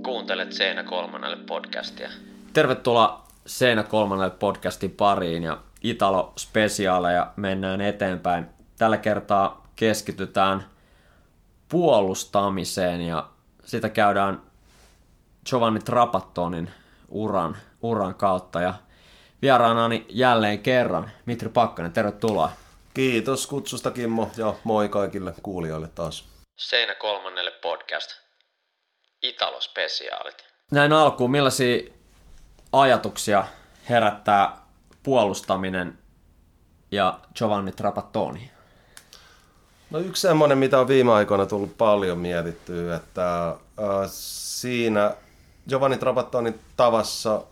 Kuuntelet Seinä kolmannelle podcastia. Tervetuloa Seinä kolmannelle podcastin pariin ja Italo-spesiaaleja mennään eteenpäin. Tällä kertaa keskitytään puolustamiseen ja sitä käydään Giovanni Trapattonin uran kautta. Ja vieraanani jälleen kerran Mitri Pakkanen, tervetuloa. Kiitos kutsusta Kimmo ja moi kaikille kuulijoille taas. Seinä kolmannelle podcast. Italo-spesiaalit. Näin alkuun, millaisia ajatuksia herättää puolustaminen ja Giovanni Trapattoni? No yksi semmoinen, mitä on viime aikoina tullut paljon mietittyä, että siinä Giovanni Trapattonin tavassa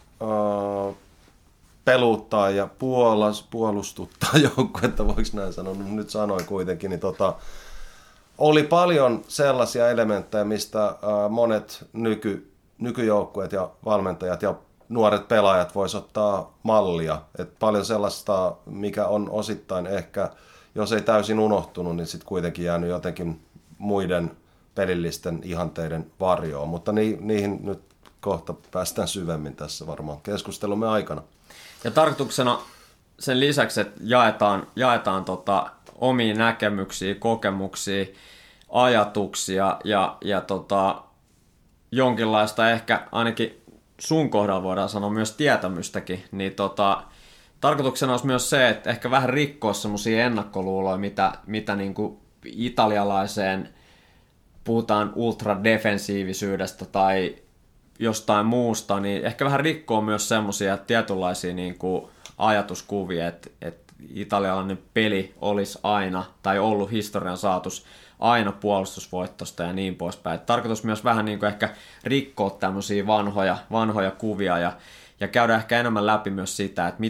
peluttaa ja puolustuttaa joukkuetta, voiko näin sanoa, nyt sanoin kuitenkin, niin oli paljon sellaisia elementtejä, mistä monet nykyjoukkueet ja valmentajat ja nuoret pelaajat vois ottaa mallia. Et paljon sellaista, mikä on osittain ehkä, jos ei täysin unohtunut, niin sitten kuitenkin jäänyt jotenkin muiden pelillisten ihanteiden varjoon. Mutta niihin nyt kohta päästään syvemmin tässä varmaan keskustelumme aikana. Ja tarkoituksena sen lisäksi, että jaetaan omia näkemyksiä, kokemuksia, ajatuksia ja jonkinlaista ehkä ainakin sun kohdalla voidaan sanoa myös tietämystäkin, niin tarkoituksena olisi myös se, että ehkä vähän rikkoa semmoisia ennakkoluuloja, mitä niin kuin italialaiseen puhutaan ultradefensiivisyydestä tai jostain muusta, niin ehkä vähän rikkoa myös semmoisia tietynlaisia niin kuin ajatuskuvia, että italialainen peli olisi aina tai ollut historian saatus aina puolustusvoittosta ja niin poispäin. Tarkoitus myös vähän niin kuin ehkä rikkoa tämmöisiä vanhoja kuvia ja käydä ehkä enemmän läpi myös sitä, että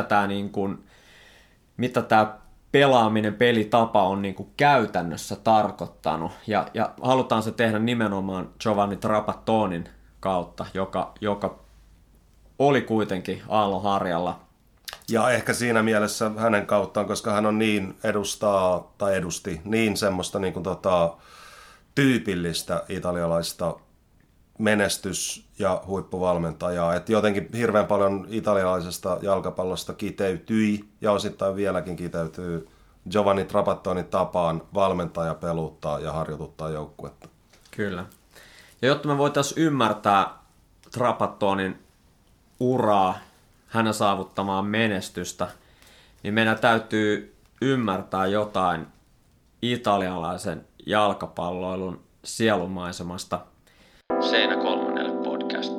mitä tämä pelaaminen, pelitapa on niin kuin käytännössä tarkoittanut. Ja halutaan se tehdä nimenomaan Giovanni Trapattonin kautta, joka oli kuitenkin aallonharjalla. Ja ehkä siinä mielessä hänen kauttaan, koska hän on edusti niin semmoista niin kuin tyypillistä italialaista menestys- ja huippuvalmentajaa, että jotenkin hirveän paljon italialaisesta jalkapallosta kiteytyi ja osittain vieläkin kiteytyy Giovanni Trapattonin tapaan valmentaja peluttaa ja harjoituttaa joukkuetta. Kyllä. Ja jotta me voitaisiin ymmärtää Trapattonin uraa, hänen saavuttamaan menestystä, niin meidän täytyy ymmärtää jotain italialaisen jalkapalloilun sielunmaisemasta. Seinä kolmannelle podcast.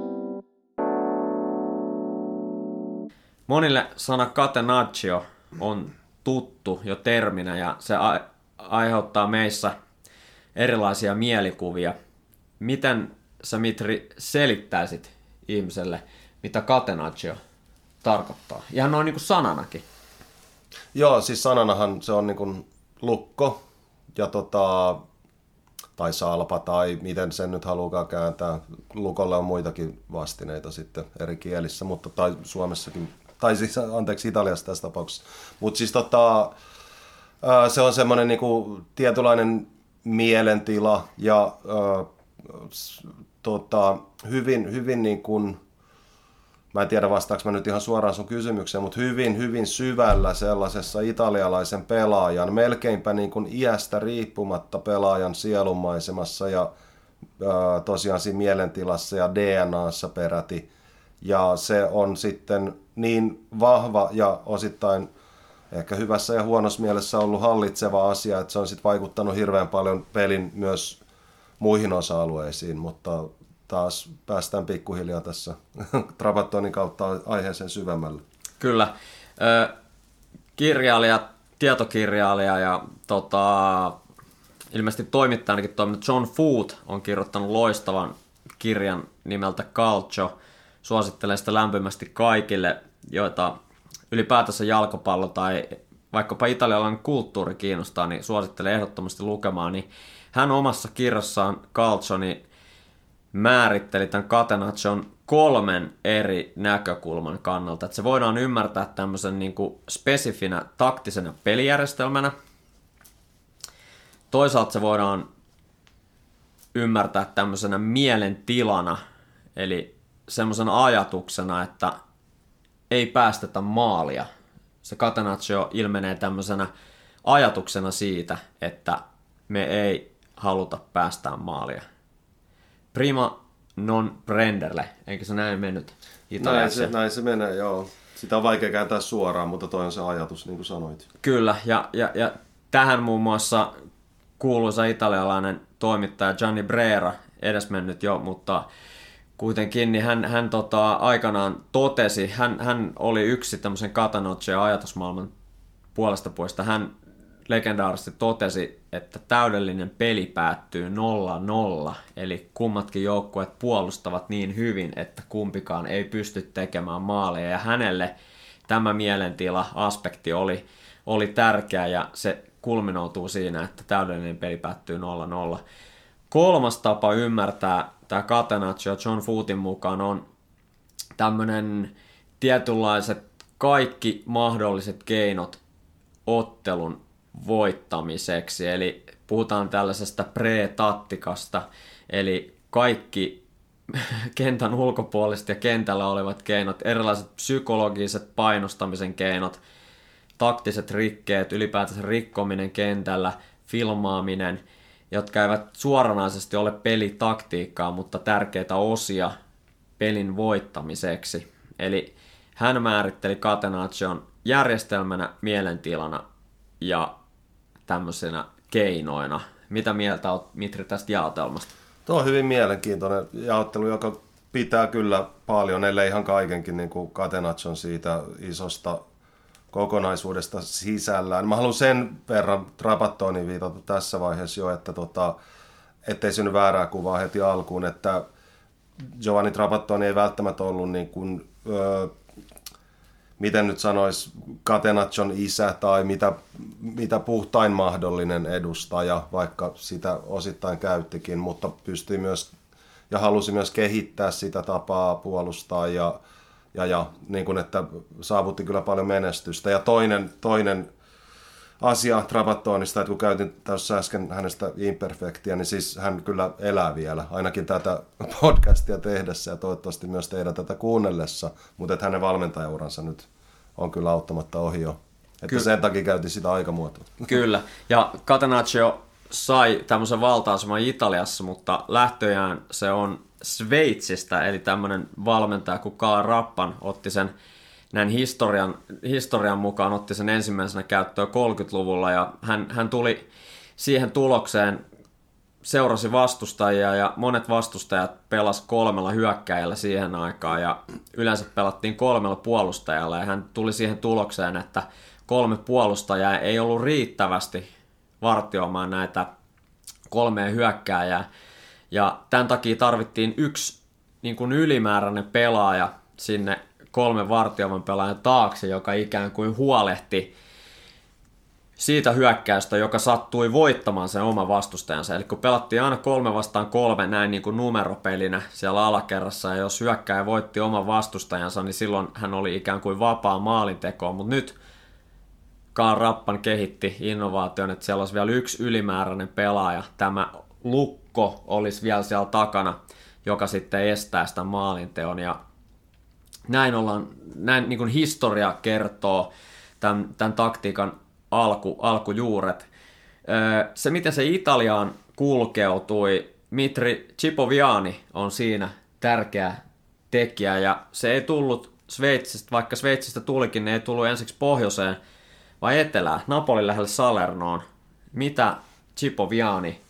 Monille sana catenaccio on tuttu jo terminä ja se aiheuttaa meissä erilaisia mielikuvia. Miten sä, Mitri, selittäisit ihmiselle, mitä catenaccio tarkoittaa? Ihan noin niin kuin sananakin. Joo, siis sananahan se on niin kuin lukko ja tai salpa tai miten sen nyt haluukaan kääntää. Lukolle on muitakin vastineita sitten eri kielissä, mutta tai Suomessakin, tai siis anteeksi Italiassa tässä tapauksessa. Mutta siis se on semmoinen niin kuin tietynlainen mielentila ja hyvin niin kuin, mä en tiedä vastaanko mä nyt ihan suoraan sun kysymykseen, mutta hyvin syvällä sellaisessa italialaisen pelaajan, melkeinpä niin kuin iästä riippumatta pelaajan sielunmaisemassa ja tosiaan siinä mielentilassa ja DNAssa peräti. Ja se on sitten niin vahva ja osittain ehkä hyvässä ja huonossa mielessä ollut hallitseva asia, että se on sitten vaikuttanut hirveän paljon pelin myös muihin osa-alueisiin, mutta taas päästään pikkuhiljaa tässä Trapattonin kautta aiheeseen syvemmälle. Kyllä. Tietokirjailija ja ilmeisesti toimittajanakin toiminut John Foote on kirjoittanut loistavan kirjan nimeltä Calcio. Suosittelen sitä lämpimästi kaikille, joita ylipäätänsä jalkapallo tai vaikkapa italialainen kulttuuri kiinnostaa, niin suosittelen ehdottomasti lukemaan. Niin hän omassa kirjassaan Calcio määritteli tämän catenaccion 3 eri näkökulman kannalta. Että se voidaan ymmärtää tämmöisen niin kuin spesifinä taktisena pelijärjestelmänä. Toisaalta se voidaan ymmärtää tämmöisenä mielentilana, eli semmoisena ajatuksena, että ei päästetä maalia. Se Catenaccio ilmenee tämmöisenä ajatuksena siitä, että me ei haluta päästää maalia. Prima non prenderle, eikö se näin mennyt italiassa? Näin se menee, joo. Sitä on vaikea kääntää suoraan, mutta toi on se ajatus, niin kuin sanoit. Kyllä, ja tähän muun muassa kuuluisa italialainen toimittaja Gianni Brera, edesmennyt jo, mutta kuitenkin niin hän aikanaan totesi, hän oli yksi tämmöisen Catenaccion ajatusmaailman puolesta. Hän legendaarisesti totesi, että täydellinen peli päättyy 0-0, eli kummatkin joukkueet puolustavat niin hyvin, että kumpikaan ei pysty tekemään maaleja, ja hänelle tämä mielentila-aspekti oli tärkeä, ja se kulminoutuu siinä, että täydellinen peli päättyy 0-0. Kolmas tapa ymmärtää tämä Catenaccio John Footin mukaan on tämmöinen tietynlaiset kaikki mahdolliset keinot ottelun voittamiseksi, eli puhutaan tällaisesta pre-taktikasta, eli kaikki kentän ulkopuoliset ja kentällä olevat keinot, erilaiset psykologiset painostamisen keinot, taktiset rikkeet, ylipäätänsä rikkominen kentällä, filmaaminen, jotka eivät suoranaisesti ole pelitaktiikkaa, mutta tärkeitä osia pelin voittamiseksi. Eli hän määritteli Catenaccion järjestelmänä, mielentilana ja tämmöisenä keinoina. Mitä mieltä olet, Mitri, tästä jaotelmasta? Tuo on hyvin mielenkiintoinen jaottelu, joka pitää kyllä paljon, ellei ihan kaikenkin niin kuin Catenaccion siitä isosta kokonaisuudesta sisällään. Mä haluan sen verran Trapattoniin viitata tässä vaiheessa jo, että ettei synny väärää kuvaa heti alkuun, että Giovanni Trapattoni ei välttämättä ollut niin kuin, miten nyt sanoisi, Catenaccion isä tai mitä puhtain mahdollinen edustaja, vaikka sitä osittain käyttikin, mutta pystyi myös ja halusi myös kehittää sitä tapaa puolustaa ja niin kuin, että saavutti kyllä paljon menestystä. Ja toinen asia Trapatonista, että kun käytin tässä äsken hänestä imperfektiä, niin siis hän kyllä elää vielä, ainakin tätä podcastia tehdessä ja toivottavasti myös teidän tätä kuunnellessa, mutta että hänen valmentajauransa nyt on kyllä auttamatta ohi jo. Että sen takia käytin sitä aikamuotoa. Kyllä, ja Catenaccio sai tämmöisen valta-aseman Italiassa, mutta lähtöjään se on Sveitsistä, eli tämmöinen valmentaja kuin Karl Rappan otti sen näin historian mukaan otti sen ensimmäisenä käyttöön 30-luvulla, ja hän tuli siihen tulokseen, seurasi vastustajia, ja monet vastustajat pelasi 3 hyökkäjällä siihen aikaan, ja yleensä pelattiin 3 puolustajalla, ja hän tuli siihen tulokseen, että 3 puolustajaa ei ollut riittävästi vartioimaan näitä 3 hyökkääjää, ja tämän takia tarvittiin yksi niin kuin ylimääräinen pelaaja sinne 3 vartioivan pelaajan taakse, joka ikään kuin huolehti siitä hyökkäystä, joka sattui voittamaan sen oman vastustajansa. Eli kun pelattiin aina 3-3 näin niin kuin numeropelinä siellä alakerrassa, ja jos hyökkääjä voitti oman vastustajansa, niin silloin hän oli ikään kuin vapaa maalintekoon. Mutta nyt Karl Rappan kehitti innovaation, että siellä olisi vielä yksi ylimääräinen pelaaja. Tämä lukko olisi vielä siellä takana, joka sitten estää sitä maalinteon. Ja näin niin kuin historia kertoo tämän taktiikan alkujuuret. Se, miten se Italiaan kulkeutui, Mitri Cipoviani on siinä tärkeä tekijä, ja se ei tullut Sveitsistä, vaikka Sveitsistä tulikin, ne ei tullut ensiksi pohjoiseen vai etelään, Napolin lähelle Salernoon. Mitä Cipoviani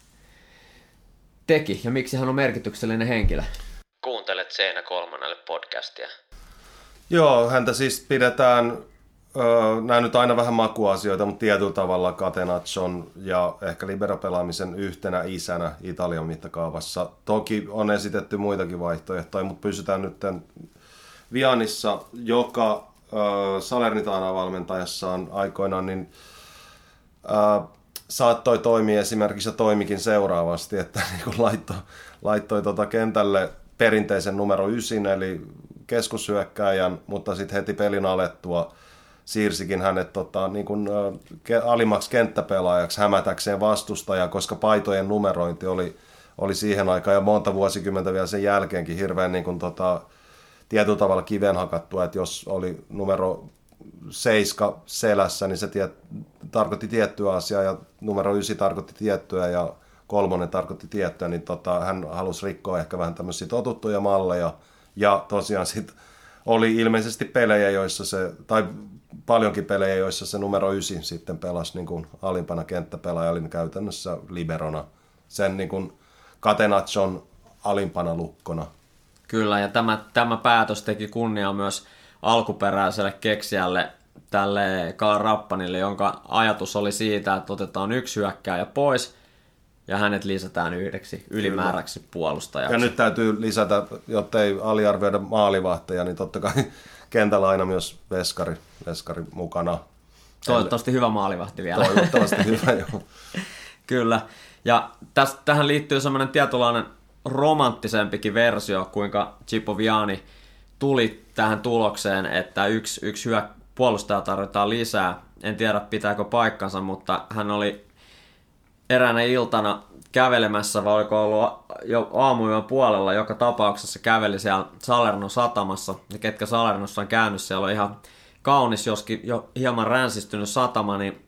teki ja miksi hän on merkityksellinen henkilö? Kuuntelet Seinä kolmannelle podcastia. Joo, häntä siis pidetään, nämä nyt aina vähän makuasioita, mutta tietyllä tavalla Catenaccion ja ehkä liberopelaamisen yhtenä isänä Italian mittakaavassa. Toki on esitetty muitakin vaihtoehtoja, mutta pysytään nyt Vianissa, joka Salernitana valmentajassaan aikoinaan, niin saattoi toimia esimerkiksi ja toimikin seuraavasti, että niin laittoi kentälle perinteisen numero 9, eli keskushyökkääjän, mutta sitten heti pelin alettua siirsikin hänet niin kuin, alimmaksi kenttäpelaajaksi hämätäkseen vastustajaa, koska paitojen numerointi oli siihen aikaan ja monta vuosikymmentä vielä sen jälkeenkin hirveän niin kuin, tietyllä tavalla kiven hakattua, että jos oli numero 7 selässä, niin se tarkoitti tiettyä asiaa ja numero 9 tarkoitti tiettyä ja 3 tarkoitti tiettyä, niin hän halusi rikkoa ehkä vähän tämmöisiä totuttuja malleja ja tosiaan sitten oli ilmeisesti pelejä, joissa tai paljonkin pelejä, joissa se numero 9 sitten pelasi niin kuin alimpana kenttäpelaaja, eli käytännössä liberona, sen niin kuin Catenazzon alimpana lukkona. Kyllä, ja tämä päätös teki kunniaa myös alkuperäiselle keksijälle, tälle Carl Rappanille, jonka ajatus oli siitä, että otetaan 1 hyökkääjä pois ja hänet lisätään 1 ylimääräksi puolustajaksi. Ja nyt täytyy lisätä, jotta ei aliarvioida maalivahteja, niin totta kai kentällä aina myös veskari mukana. Toivottavasti hyvä maalivahti vielä. Toivottavasti hyvä, joo. Kyllä, ja tähän liittyy semmoinen tietynlainen romanttisempikin versio, kuinka Chippo Viani tuli tähän tulokseen, että yksi puolustaja tarvitaan lisää. En tiedä pitääkö paikkansa, mutta hän oli eräänä iltana kävelemässä, vai oliko ollut jo aamuyön puolella, joka tapauksessa käveli siellä Salernon satamassa. Ja ketkä Salernossa on käynyt, siellä on ihan kaunis, joskin jo hieman ränsistynyt satama, niin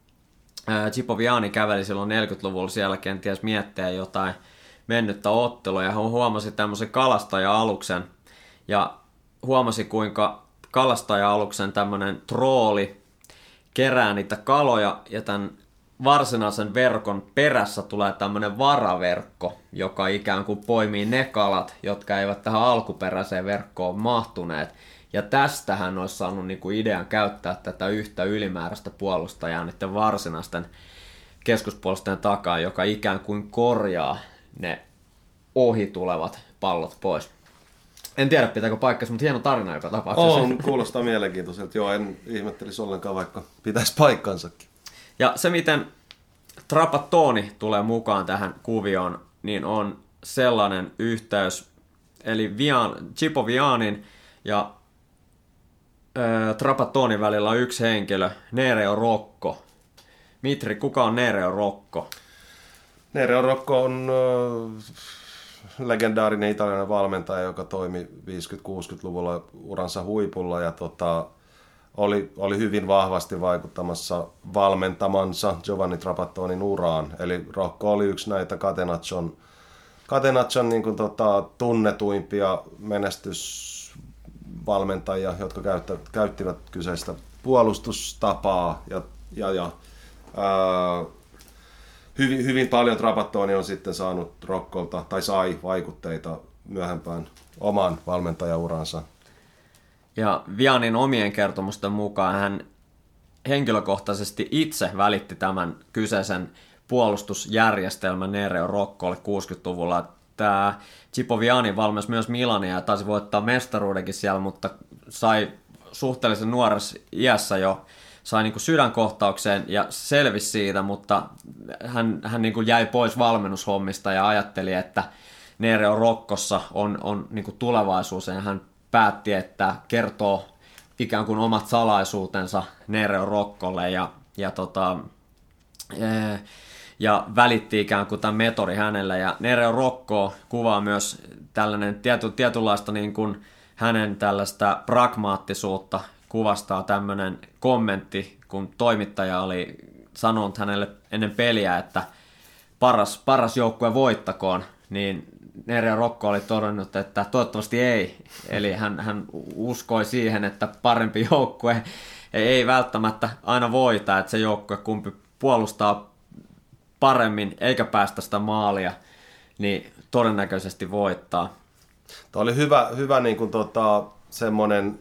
Chippo Viani käveli silloin 40-luvulla siellä kenties miettiä jotain mennyttä ottelua, ja hän huomasi tämmöisen kalastaja-aluksen, ja huomasi kuinka kalastaja-aluksen tämmöinen trooli kerää niitä kaloja, ja tämän varsinaisen verkon perässä tulee tämmöinen varaverkko, joka ikään kuin poimii ne kalat, jotka eivät tähän alkuperäiseen verkkoon mahtuneet. Ja tästä hän olisi saanut niinku idean käyttää tätä yhtä ylimääräistä puolustajaa niiden varsinaisten keskuspuolustajien takaa, joka ikään kuin korjaa ne ohi tulevat pallot pois. En tiedä pitääkö paikkansa, mutta hieno tarina joka tapauksessa. On, kuulostaa mielenkiintoiselta. Joo, en ihmettelisi ollenkaan, vaikka pitäisi paikkansakin. Ja se, miten Trapattoni tulee mukaan tähän kuvioon, niin on sellainen yhteys, eli Chippo Vianin ja Trapattonin välillä on yksi henkilö, Nereo Rocco. Mitri, kuka on Nereo Rocco? Nereo Rocco on legendaarinen italialainen valmentaja, joka toimi 50-60-luvulla uransa huipulla ja oli hyvin vahvasti vaikuttamassa valmentamansa Giovanni Trapattonin uraan. Eli Rocco oli yksi näitä Catenazzon niin kuin, tunnetuimpia menestysvalmentajia, jotka käyttivät kyseistä puolustustapaa. Hyvin paljon Trapattoni on sitten saanut Roccolta, tai sai vaikutteita myöhempään oman valmentajauransa. Ja Vianin omien kertomusten mukaan hän henkilökohtaisesti itse välitti tämän kyseisen puolustusjärjestelmän Nereo Roccolle 60-luvulla. Tämä Chippo Viani valmesi myös Milania ja taisi voittaa mestaruudenkin siellä, mutta sai suhteellisen nuoressa iässä jo niin kuin sydänkohtaukseen ja selvisi siitä, mutta hän niin kuin jäi pois valmennushommista ja ajatteli, että Nereo Roccossa on niin kuin tulevaisuus, ja hän päätti, että kertoo ikään kuin omat salaisuutensa Nereo Roccolle ja välitti ikään kuin tämän metodi hänelle. Ja Nereo Rocco kuvaa myös tällainen tietynlaista niin kuin hänen tällaista pragmaattisuutta, kuvastaa tämmöinen kommentti, kun toimittaja oli sanonut hänelle ennen peliä, että paras joukkue voittakoon, niin Nereo Rocco oli todennut, että toivottavasti ei. Eli hän uskoi siihen, että parempi joukkue ei välttämättä aina voita, että se joukkue kumpi puolustaa paremmin eikä päästä sitä maalia, niin todennäköisesti voittaa. Tämä oli hyvä niin kuin semmoinen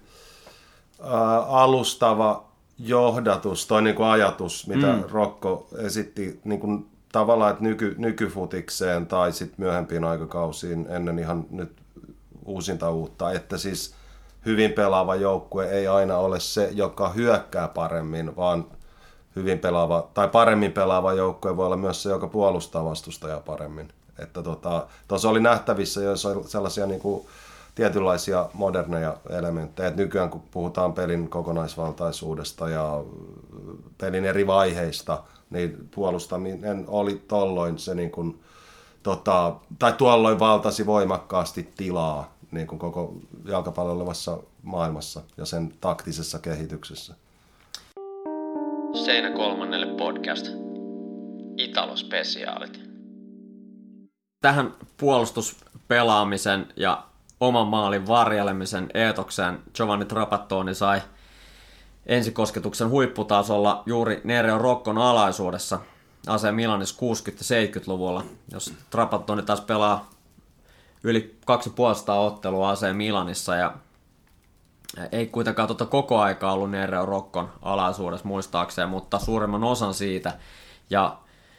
alustava johdatus, toi niin kuin ajatus, mitä Rocco esitti niin kuin tavallaan, että nykyfutikseen tai sitten myöhempiin aikakausiin ennen ihan nyt uusinta uutta, että siis hyvin pelaava joukkue ei aina ole se, joka hyökkää paremmin, vaan hyvin pelaava tai paremmin pelaava joukkue voi olla myös se, joka puolustaa vastustajaa paremmin. Että tuossa oli nähtävissä jo sellaisia niin kuin tietynlaisia moderneja elementtejä. Et nykyään kun puhutaan pelin kokonaisvaltaisuudesta ja pelin eri vaiheista, niin puolustaminen oli tolloin se niin kuin tai tuolloin valtasi voimakkaasti tilaa niin kuin koko jalkapallolevassa maailmassa ja sen taktisessa kehityksessä. Seinä kolmannelle podcast. Italo-spesiaalit. Tähän puolustuspelaamisen ja oman maalin varjelemisen eetokseen Giovanni Trapattoni sai ensikosketuksen huipputasolla juuri Nereo Roccon alaisuudessa AC Milanissa 60-70-luvulla, jos Trapattoni taas pelaa yli 250 ottelua AC Milanissa ja ei kuitenkaan koko aikaa ollut Nereo Roccon alaisuudessa muistaakseen, mutta suurimman osan siitä. Ja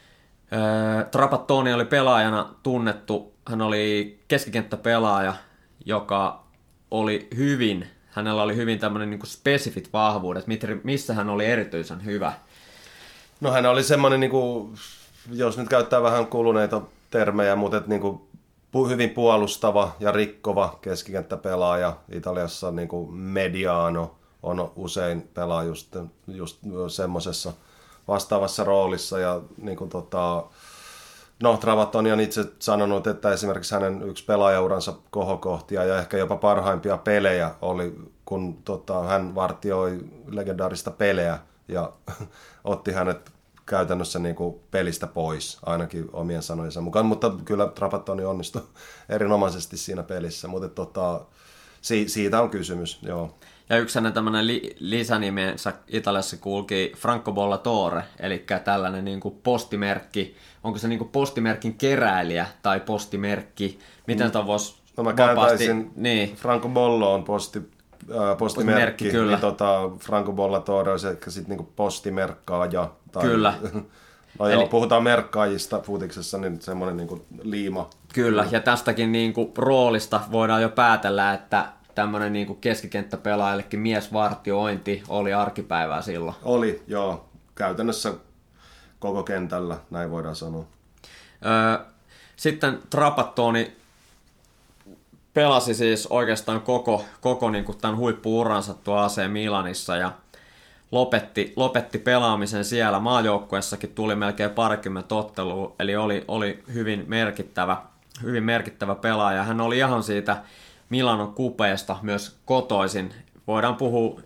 Trapattoni oli pelaajana tunnettu, hän oli keskikenttäpelaaja, joka oli hänellä oli hyvin tämmöinen niin kuin spesifit vahvuudet, missä hän oli erityisen hyvä. No hän oli semmoinen, niin kuin, jos nyt käyttää vähän kuluneita termejä, mutta niin kuin hyvin puolustava ja rikkova keskikenttäpelaaja. Italiassa niin kuin mediano on usein pelaa just semmoisessa vastaavassa roolissa. Ja niin kuin Trapattoni on itse sanonut, että esimerkiksi hänen yksi pelaajauransa kohokohtia ja ehkä jopa parhaimpia pelejä oli, kun hän vartioi legendaarista Peleä ja otti hänet käytännössä niin kuin pelistä pois, ainakin omien sanojensa mukaan, mutta kyllä Trapattoni onnistui erinomaisesti siinä pelissä, mutta siitä on kysymys, joo. Ja yksi hänen tämmöinen lisänimensä Italiassa kulki Franco Bollatore, eli tällainen niin kuin postimerkki, onko se niin kuin postimerkin keräilijä tai postimerkki, miten tämä voisi mä kääntäisin, niin. Franco Bollo on postimerkki kyllä. Niin Franco Bollatore on se ehkä sitten niinku postimerkkaaja. Tai, kyllä. No joo, puhutaan merkkaajista futiksessa, niin semmoinen niinku liima. Kyllä, ja tästäkin niinku roolista voidaan jo päätellä, että tämmöinen niinku keskikenttäpelaajallekin miesvartiointi oli arkipäivää silloin. Oli, joo. Käytännössä koko kentällä, näin voidaan sanoa. Sitten Trapattoni pelasi siis oikeastaan koko niin kuin tämän huippu-uransa tuo AC Milanissa ja lopetti pelaamisen siellä. Maajoukkuessakin tuli melkein parikymmentä ottelua, eli oli hyvin merkittävä pelaaja. Hän oli ihan siitä Milanon kupeesta myös kotoisin. Voidaan puhua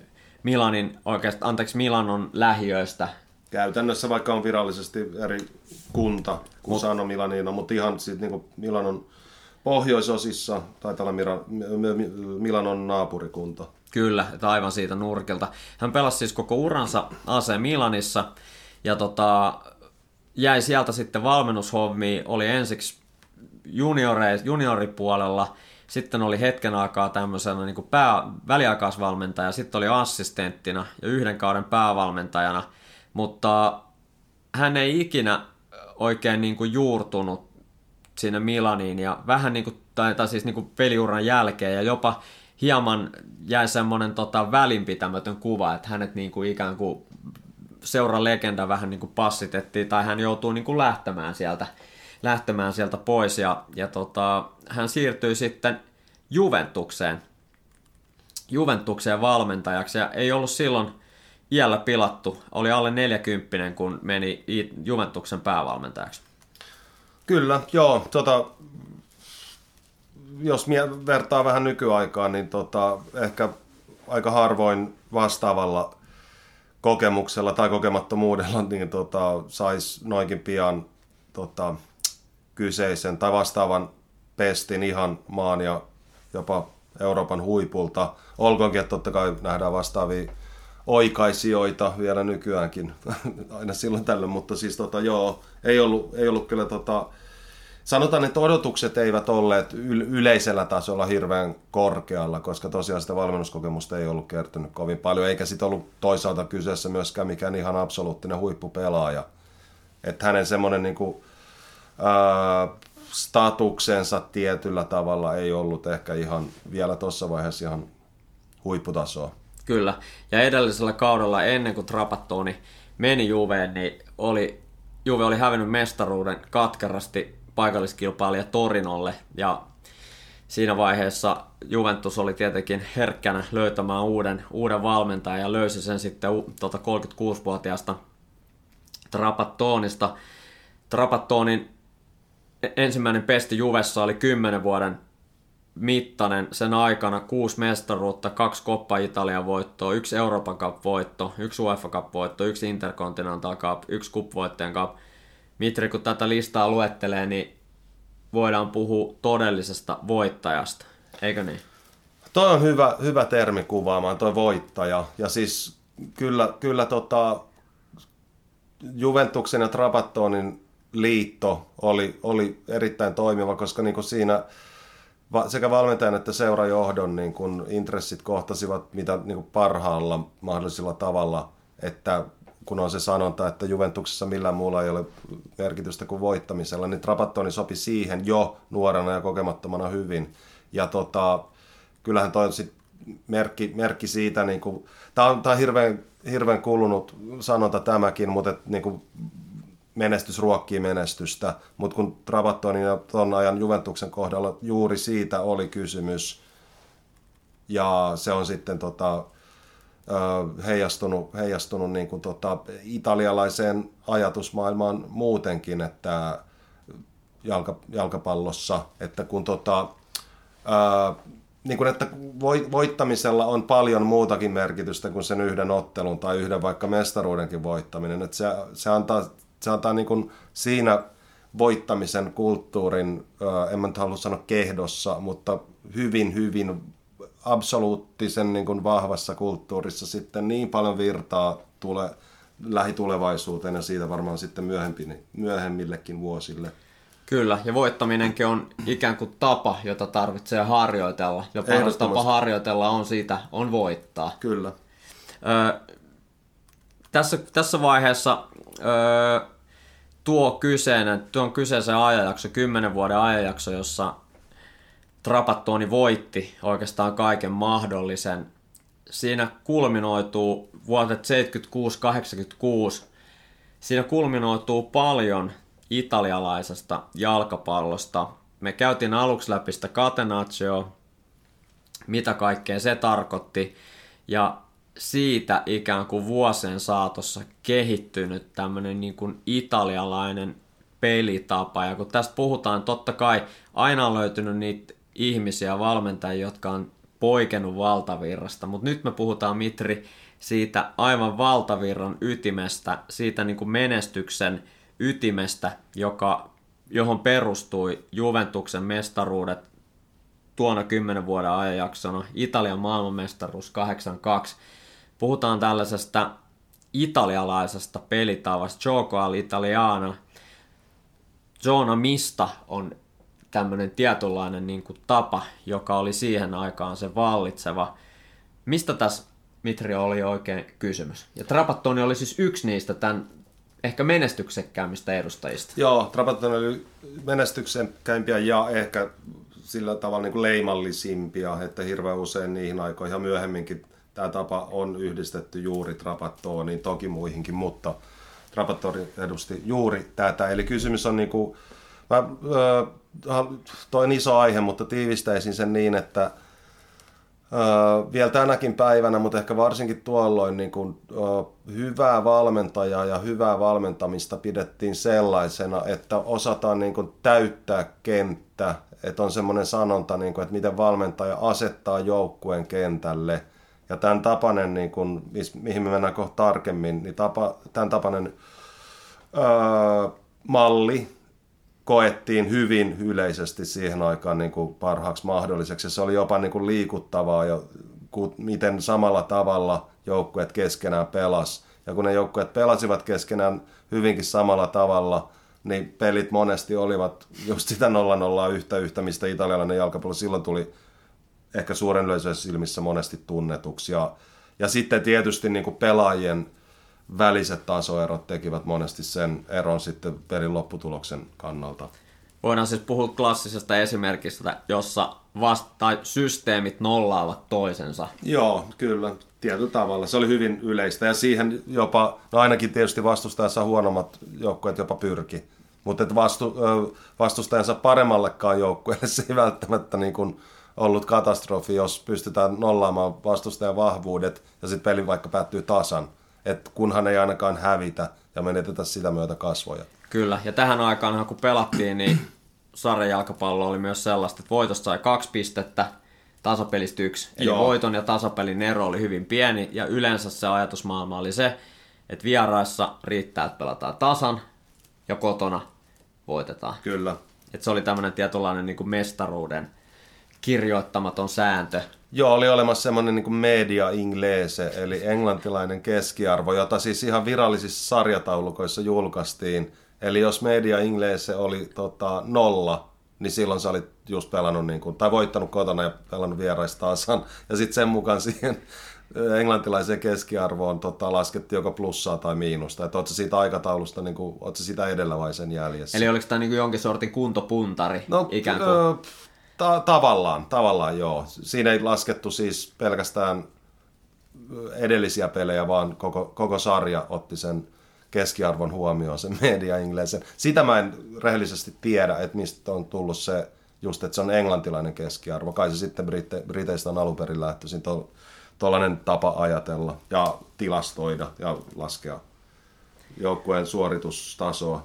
Milanon lähiöistä. Käytännössä vaikka on virallisesti eri kunta kuin Sano Milanino, mutta ihan siitä niin kuin Milanon pohjoisosissa taitaa olla Milanon naapurikunta. Kyllä, että aivan siitä nurkilta. Hän pelasi siis koko uransa AC Milanissa ja jäi sieltä sitten valmennushommiin, oli ensiksi junioripuolella, sitten oli hetken aikaa tämmöisenä niin kuin väliaikaisvalmentaja, sitten oli assistenttina ja yhden kauden päävalmentajana, mutta hän ei ikinä oikein niin kuin juurtunut sinne Milaniin ja vähän niin kuin, tai siis niin kuin peliuran jälkeen ja jopa hieman jäi semmoinen välinpitämätön kuva, että hänet niin kuin ikään kuin seuran legenda vähän niin kuin passitettiin tai hän joutuu niin kuin lähtemään sieltä pois ja hän siirtyi sitten Juventukseen valmentajaksi ja ei ollut silloin iällä pilattu, oli alle 40, kun meni Juventuksen päävalmentajaksi. Kyllä, joo. Jos vertaa vähän nykyaikaan, niin ehkä aika harvoin vastaavalla kokemuksella tai kokemattomuudella niin saisi noinkin pian kyseisen tai vastaavan pestin ihan maan ja jopa Euroopan huipulta. Olkoonkin, että totta kai nähdään vastaavia oikaisijoita vielä nykyäänkin aina silloin tällöin, mutta siis joo, ei ollut kyllä sanotaan, että odotukset eivät olleet yleisellä tasolla hirveän korkealla, koska tosiaan sitä valmennuskokemusta ei ollut kertynyt kovin paljon, eikä sitten ollut toisaalta kyseessä myöskään mikään ihan absoluuttinen huippupelaaja. Että hänen semmoinen niinku, statuksensa tietyllä tavalla ei ollut ehkä ihan vielä tuossa vaiheessa ihan huipputasoa. Kyllä, ja edellisellä kaudella ennen kuin Trapattoni meni Juveen, niin Juve oli hävinnyt mestaruuden katkerasti paikalliskilpailija Torinolle, ja siinä vaiheessa Juventus oli tietenkin herkkänä löytämään uuden valmentajan ja löysi sen sitten 36-vuotiaasta Trapattonista. Trapattonin ensimmäinen pesti Juvessa oli 10 vuoden mittainen, sen aikana 6 mestaruutta, 2 Coppa Italia voittoa, 1 Euroopan Cup-voitto, 1 UEFA Cup-voitto, 1 Intercontinental Cup, 1 Cup-voittajan Cup. Mitri, kun tätä listaa luettelee, niin voidaan puhua todellisesta voittajasta, eikö niin? Toi on hyvä termi kuvaamaan, toi voittaja. Ja siis kyllä Juventuksen ja Trapattoonin liitto oli erittäin toimiva, koska niin kuin siinä sekä valmentajan että seurajohdon niin kuin intressit kohtasivat mitä niin kuin parhaalla mahdollisella tavalla, että kun on se sanonta, että Juventuksessa millään muulla ei ole merkitystä kuin voittamisella, niin Trapattoni sopi siihen jo nuorena ja kokemattomana hyvin. Ja kyllähän toi on sit merkki siitä, niin kuin, tämä on hirveän kulunut sanonta tämäkin, mutta niin kuin menestys ruokkii menestystä, mutta kun Trapattoni ja ton ajan Juventuksen kohdalla juuri siitä oli kysymys, ja se on sitten heijastunut niin kuin italialaiseen ajatusmaailmaan muutenkin, että jalkapallossa, että kun niin kuin, että voittamisella on paljon muutakin merkitystä kuin sen yhden ottelun tai yhden vaikka mestaruudenkin voittaminen, että se antaa niin kuin siinä voittamisen kulttuurin, en mä nyt halua sanoa kehdossa, mutta hyvin absoluuttisen niin kuin vahvassa kulttuurissa sitten niin paljon virtaa tulee lähitulevaisuuteen ja siitä varmaan sitten myöhemmillekin vuosille. Kyllä, ja voittaminenkin on ikään kuin tapa, jota tarvitsee harjoitella. Ja paras tapa harjoitella on voittaa. Kyllä. Tässä vaiheessa tuon kyseisen ajanjakso, 10 vuoden ajanjakso, jossa Trapattoni voitti oikeastaan kaiken mahdollisen. Siinä kulminoituu vuodet 76-86. Siinä kulminoituu paljon italialaisesta jalkapallosta. Me käytiin aluksi läpi sitä catenaccio, mitä kaikkea se tarkoitti, ja siitä ikään kuin vuosien saatossa kehittynyt tämmöinen niin kuin italialainen pelitapa, ja kun tästä puhutaan, totta kai aina on löytynyt niitä ihmisiä, valmentajia, jotka on poikennut valtavirrasta, mutta nyt me puhutaan, Mitri, siitä aivan valtavirran ytimestä, siitä niin kuin menestyksen ytimestä, johon perustui Juventuksen mestaruudet tuona 10 vuoden ajanjaksona, Italian maailmanmestaruus 82. Puhutaan tällaisesta italialaisesta pelitavasta, gioco all'italiana. Zona mista on tämmöinen tietynlainen niin kuin tapa, joka oli siihen aikaan se vallitseva. Mistä tässä, Mitri, oli oikein kysymys? Ja Trapattoni oli siis yksi niistä tämän ehkä menestyksekkäämmistä edustajista. Joo, Trapattoni oli menestyksekkäimpiä ja ehkä sillä tavalla niin kuin leimallisimpia, että hirveän usein niihin aikoihin ja myöhemminkin tämä tapa on yhdistetty juuri Trapattoniin, toki muihinkin, mutta Trapattoni edusti juuri tätä. Eli kysymys on, niin kuin, toi on iso aihe, mutta tiivistäisin sen niin, että vielä tänäkin päivänä, mutta ehkä varsinkin tuolloin niin kuin, hyvää valmentajaa ja hyvää valmentamista pidettiin sellaisena, että osataan niin kuin, täyttää kenttä, että on semmoinen sanonta, niin kuin, että miten valmentaja asettaa joukkueen kentälle. Ja tämän tapainen, niin kuin, mihin me mennään kohta tarkemmin, niin tämän tapainen malli koettiin hyvin yleisesti siihen aikaan niin kuin parhaaksi mahdolliseksi. Ja se oli jopa niin kuin liikuttavaa, miten samalla tavalla joukkueet keskenään pelas. Ja kun ne joukkueet pelasivat keskenään hyvinkin samalla tavalla, niin pelit monesti olivat just sitä 0-0 mistä italialainen jalkapallo silloin tuli ehkä suuren yleisön silmissä monesti tunnetuksi. Ja sitten tietysti niin kuin pelaajien väliset tasoerot tekivät monesti sen eron sitten pelin lopputuloksen kannalta. Voidaan siis puhua klassisesta esimerkistä, jossa systeemit nollaavat toisensa. Joo, kyllä, tietyllä tavalla. Se oli hyvin yleistä ja siihen jopa, no ainakin tietysti vastustajansa huonommat joukkueet jopa pyrki. Mutta vastustajansa paremmallekaan joukkueelle se ei välttämättä niin kuin ollut katastrofi, jos pystytään nollaamaan vastustajan vahvuudet ja sitten peli vaikka päättyy tasan. Et kunhan ei ainakaan hävitä ja menetetä sitä myötä kasvoja. Kyllä, ja tähän aikaan kun pelattiin, niin sarjajalkapallo oli myös sellaista, että voitosta sai 2 pistettä, tasapelistä 1. Eli voiton ja tasapelin ero oli hyvin pieni, ja yleensä se ajatusmaailma oli se, että vieraissa riittää, että pelataan tasan, ja kotona voitetaan. Kyllä. Että se oli tämmöinen tietynlainen niin kuin mestaruuden kirjoittamaton sääntö. Joo, oli olemassa semmoinen niin kuin media inglese, eli englantilainen keskiarvo, jota siis ihan virallisissa sarjataulukoissa julkaistiin. Eli jos media inglese oli 0, niin silloin sä olit just pelannut, niin kuin, tai voittanut kotona ja pelannut vieraista tasan. Ja sitten sen mukaan siihen englantilaiseen keskiarvoon laskettiin joko plussaa tai miinusta. Että ootko siitä aikataulusta, niin kuin, ootko sitä edellä vai sen jäljessä? Eli oliko tämä niin kuin jonkin sortin kuntopuntari ikään kuin? Tavallaan joo. Siinä ei laskettu siis pelkästään edellisiä pelejä, vaan koko sarja otti sen keskiarvon huomioon, sen media inglesen. Sitä mä en rehellisesti tiedä, että mistä on tullut se, just että se on englantilainen keskiarvo. Kai se sitten Briteistä on alun perin lähtöisin tuollainen tapa ajatella ja tilastoida ja laskea joukkueen suoritustasoa.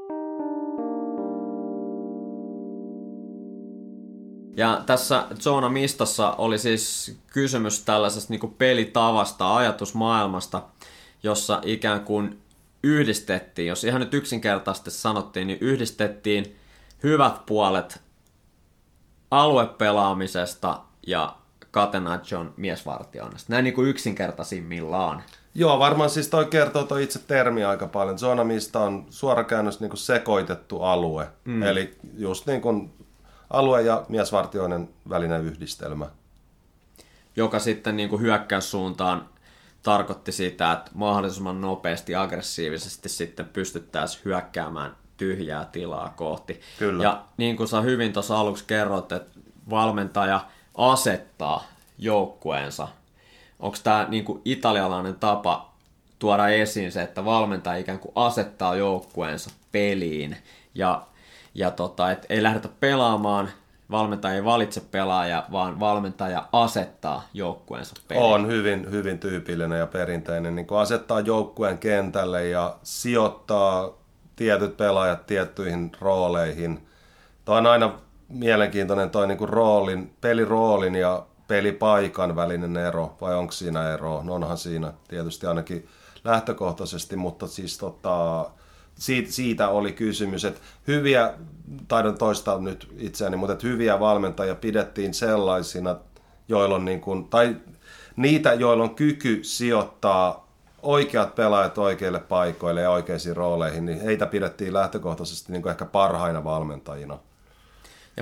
Ja tässä Zona Mistassa oli siis kysymys tällaisesta niin kuin pelitavasta, ajatusmaailmasta, jossa ikään kuin yhdistettiin, jos ihan nyt yksinkertaisesti sanottiin, niin yhdistettiin hyvät puolet aluepelaamisesta ja Catenaccio'n miesvartioinnista. Näin niin kuin yksinkertaisimmillaan. Joo, varmaan siis toi kertoo toi itse termi aika paljon. Zona Mista on suorakäännös niin kuin sekoitettu alue. Eli just niin kuin alue- ja miesvartioinen välinen yhdistelmä. Joka sitten niin kuin hyökkäyssuuntaan tarkoitti sitä, että mahdollisimman nopeasti, aggressiivisesti sitten pystyttäisiin hyökkäämään tyhjää tilaa kohti. Kyllä. Ja niin kuin sä hyvin tuossa aluksi kerroit, että valmentaja asettaa joukkueensa. Onko tämä niin kuin italialainen tapa tuoda esiin se, että valmentaja ikään kuin asettaa joukkueensa peliin ja et ei lähdetä pelaamaan, valmentaja ei valitse pelaajaa, vaan valmentaja asettaa joukkueensa peliin. On hyvin, hyvin tyypillinen ja perinteinen. Niin kuin asettaa joukkueen kentälle ja sijoittaa tietyt pelaajat tiettyihin rooleihin. Tuo on aina mielenkiintoinen toi niin kuin peliroolin ja pelipaikan välinen ero, vai onko siinä ero? No onhan siinä tietysti ainakin lähtökohtaisesti, mutta siis siitä oli kysymys, että hyviä, taidan toistaa nyt itseäni, mutta että hyviä valmentajia pidettiin sellaisina, joilla on niin kuin, tai niitä, joilla on kyky sijoittaa oikeat pelaajat oikeille paikoille ja oikeisiin rooleihin, niin heitä pidettiin lähtökohtaisesti niin kuin ehkä parhaina valmentajina. Ja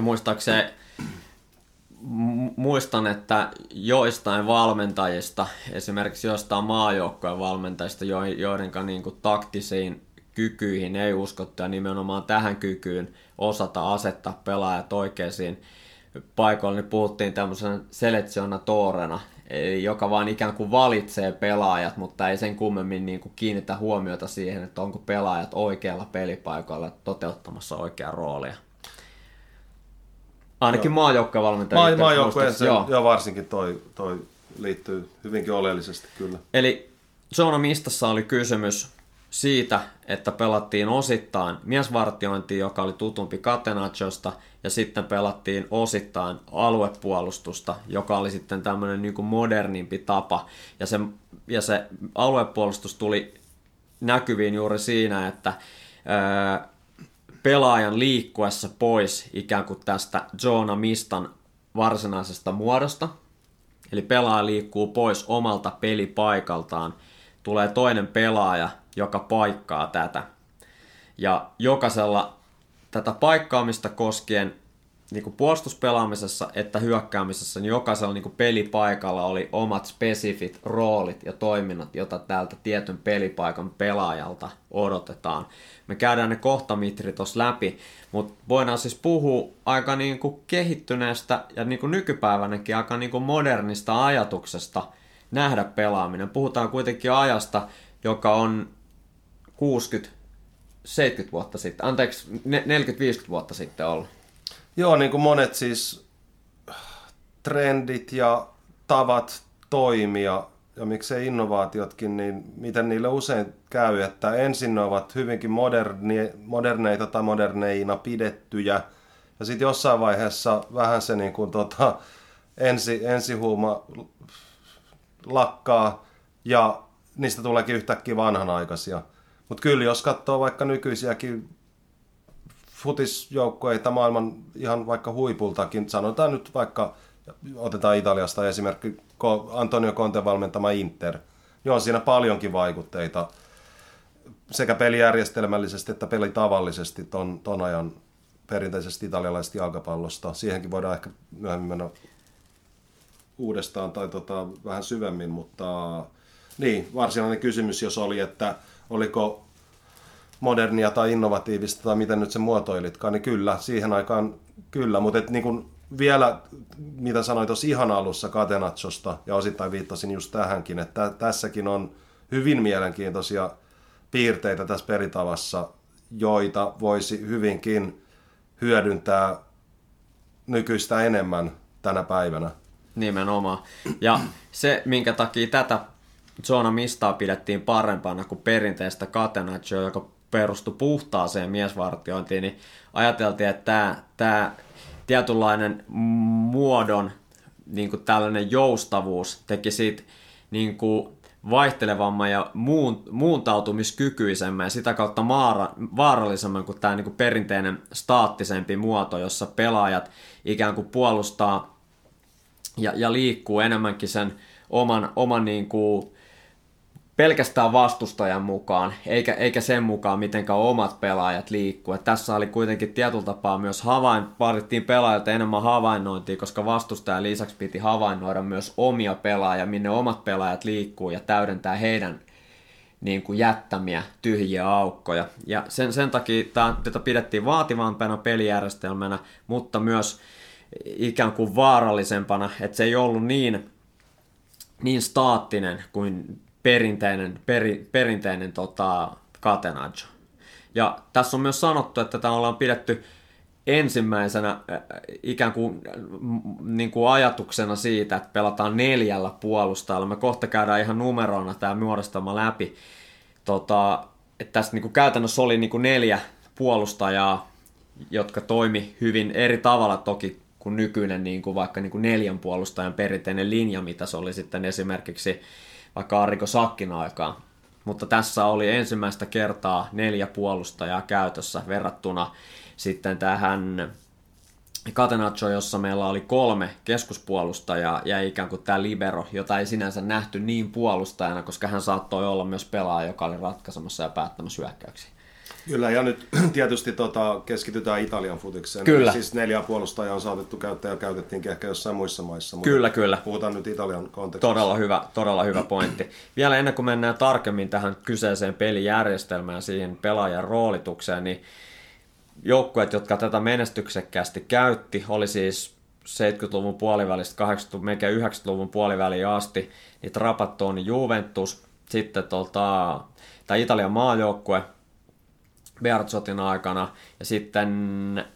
muistan, että joistain valmentajista, esimerkiksi jostain maajoukkojen valmentajista, joidenka niin kuin taktisiin kykyihin ei uskottu ja nimenomaan tähän kykyyn osata asettaa pelaajat oikeisiin paikoille, niin puhuttiin tämmöisen selezionatorena, joka vaan ikään kuin valitsee pelaajat, mutta ei sen kummemmin niin kuin kiinnitä huomiota siihen, että onko pelaajat oikealla pelipaikalla toteuttamassa oikeaa roolia. Ainakin maajoukkojen valmentajia. Maajoukkojen jo varsinkin toi liittyy hyvinkin oleellisesti kyllä. Eli Zona Mistassa oli kysymys siitä, että pelattiin osittain miesvartiointia, joka oli tutumpi Catenacciosta, ja sitten pelattiin osittain aluepuolustusta, joka oli sitten tämmöinen niin kuin modernimpi tapa. Ja se aluepuolustus tuli näkyviin juuri siinä, että pelaajan liikkuessa pois ikään kuin tästä Zona Mistan varsinaisesta muodosta, eli pelaaja liikkuu pois omalta pelipaikaltaan, tulee toinen pelaaja, joka paikkaa tätä. Ja jokaisella tätä paikkaamista koskien niin kuin puolustuspelaamisessa että hyökkäämisessä, niin jokaisella niin kuin pelipaikalla oli omat spesifit roolit ja toiminnot, joita tältä tietyn pelipaikan pelaajalta odotetaan. Me käydään ne kohta Mitri tuossa läpi, mutta voidaan siis puhua aika niin kuin kehittyneestä ja niin kuin nykypäivänäkin aika niin kuin modernista ajatuksesta nähdä pelaaminen. Puhutaan kuitenkin ajasta, joka on 60-70 vuotta sitten, 40-50 vuotta sitten ollut. Joo, niin kuin monet siis trendit ja tavat toimia ja miksei innovaatiotkin, niin miten niille usein käy, että ensin ne ovat hyvinkin moderneita tai moderneina pidettyjä Ja sitten jossain vaiheessa vähän se niin kuin, ensihuuma lakkaa ja niistä tuleekin yhtäkkiä vanhanaikaisia. Mutta kyllä jos katsoo vaikka nykyisiäkin futisjoukkoita maailman ihan vaikka huipultakin, sanotaan nyt vaikka, otetaan Italiasta esimerkki, Antonio Conte valmentama Inter, niin on siinä paljonkin vaikutteita sekä pelijärjestelmällisesti että pelitavallisesti ton ajan perinteisesti italialaisesta jalkapallosta. Siihenkin voidaan ehkä myöhemmin mennä uudestaan tai vähän syvemmin, mutta niin, varsinainen kysymys jos oli, että oliko modernia tai innovatiivista tai miten nyt se muotoilitkaan, niin kyllä, siihen aikaan kyllä, mutta niin kuin vielä, mitä sanoin tuossa ihan alussa Catenaccosta, ja osittain viittasin just tähänkin, että tässäkin on hyvin mielenkiintoisia piirteitä tässä pelitavassa, joita voisi hyvinkin hyödyntää nykyistä enemmän tänä päivänä. Nimenomaan. Ja se, minkä takia tätä Zona Mistaa pidettiin parempana kuin perinteistä Catenaccio, joka perustui puhtaaseen miesvartiointiin, niin ajateltiin, että tämä tietynlainen muodon niin kuin tällainen joustavuus teki siitä niin kuin vaihtelevamman ja muuntautumiskykyisemmän ja sitä kautta vaarallisemman kuin tämä niin kuin perinteinen staattisempi muoto, jossa pelaajat ikään kuin puolustaa ja liikkuu enemmänkin sen oman niin kuin pelkästään vastustajan mukaan, eikä sen mukaan, miten omat pelaajat liikkuu. Et tässä oli kuitenkin tietyllä tapaa myös vaadittiin pelaajilta enemmän havainnointia, koska vastustajan lisäksi piti havainnoida myös omia pelaajia, minne omat pelaajat liikkuu ja täydentää heidän niin kuin jättämiä tyhjiä aukkoja. Ja sen takia tätä pidettiin vaativampana pelijärjestelmänä, mutta myös ikään kuin vaarallisempana, että se ei ollut niin staattinen kuin perinteinen Catenaccio. Ja tässä on myös sanottu, että tämä ollaan pidetty ensimmäisenä ikään kuin, niin kuin ajatuksena siitä, että pelataan 4 puolustajalla. Me kohta käydään ihan numeroina tämä muodostelma läpi. Että tässä niin kuin käytännössä oli niin kuin 4 puolustajaa, jotka toimi hyvin eri tavalla toki kuin nykyinen niin kuin vaikka niin kuin 4 puolustajan perinteinen linja, mitä se oli sitten esimerkiksi vaikka Arrigo Sackin aikaan. Mutta tässä oli ensimmäistä kertaa 4 puolustajaa käytössä verrattuna sitten tähän Catenaccio, jossa meillä oli 3 keskuspuolustajaa ja ikään kuin tämä libero, jota ei sinänsä nähty niin puolustajana, koska hän saattoi olla myös pelaaja, joka oli ratkaisemassa ja päättämässä hyökkäyksiä. Kyllä, ja nyt tietysti keskitytään Italian futikseen. Kyllä. Siis 4 puolustajaa on saatettu käyttää ja käytettiinkin ehkä jossain muissa maissa. Kyllä. Puhutaan nyt Italian kontekstissa. Todella hyvä pointti. Vielä ennen kuin mennään tarkemmin tähän kyseiseen pelijärjestelmään ja siihen pelaajan roolitukseen, niin joukkueet, jotka tätä menestyksekkäästi käytti, oli siis 70-luvun puolivälistä 90-luvun puoliväliin asti, niin Trapattoni Juventus, sitten tämä Italian maajoukkue, Bearzottin aikana, ja sitten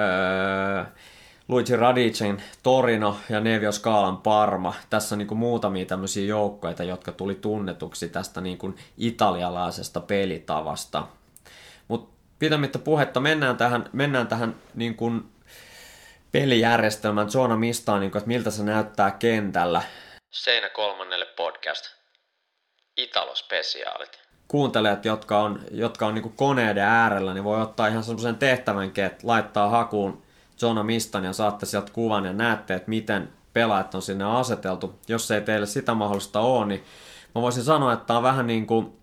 Luigi Radicin Torino ja Nevio Scalan Parma. Tässä on niin kuin muutamia tämmöisiä joukkoita, jotka tuli tunnetuksi tästä niin kuin italialaisesta pelitavasta. Mutta pitämättä puhetta, mennään tähän niin kuin pelijärjestelmän Zona Mistaan, niin kuin, että miltä se näyttää kentällä. Seinä kolmannelle podcast. Italo-spesiaalit. Kuuntelijat, jotka on niin kuin koneiden äärellä, niin voi ottaa ihan semmoisen tehtävänkin, että laittaa hakuun Zona Mistan ja saatte sieltä kuvan ja näette, että miten pelaajat on sinne aseteltu. Jos ei teille sitä mahdollista ole, niin mä voisin sanoa, että tämä on vähän niin kuin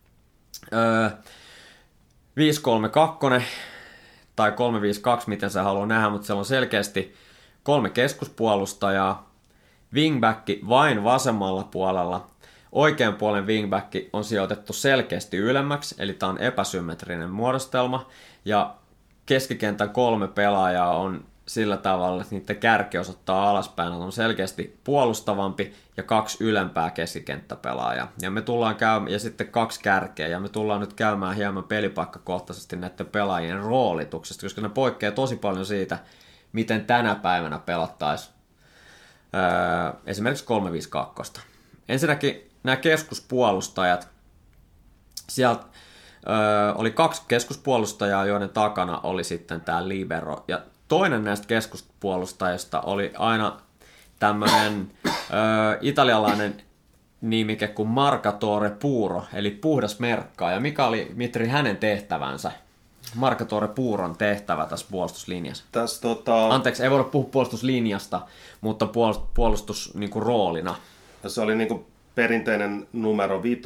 5-3-2 tai 3-5-2, miten se haluaa nähdä, mutta siellä on selkeästi 3 keskuspuolustajaa, wingback vain vasemmalla puolella. Oikean puolen wingback on sijoitettu selkeästi ylemmäksi, eli tämä on epäsymmetrinen muodostelma, ja keskikentän 3 pelaajaa on sillä tavalla, että niiden kärki osoittaa alaspäin, on selkeästi puolustavampi ja 2 ylempää keskikenttäpelaajaa. Ja me tullaan käymään, ja sitten 2 kärkeä, ja me tullaan nyt käymään hieman pelipaikkakohtaisesti näiden pelaajien roolituksesta, koska ne poikkeaa tosi paljon siitä, miten tänä päivänä pelattaisiin esimerkiksi 3-5-2. Ensinnäkin nämä keskuspuolustajat, sieltä oli 2 keskuspuolustajaa, joiden takana oli sitten tämä libero. Ja toinen näistä keskuspuolustajista oli aina tämmöinen italialainen nimike kuin Marcatore Puro, eli puhdas merkkaa. Ja mikä oli, Mitri, hänen tehtävänsä? Marcatore Puron tehtävä tässä puolustuslinjassa. Anteeksi, ei voida puhua puolustuslinjasta, mutta puolustus niinku roolina. Se oli niinku perinteinen numero 5,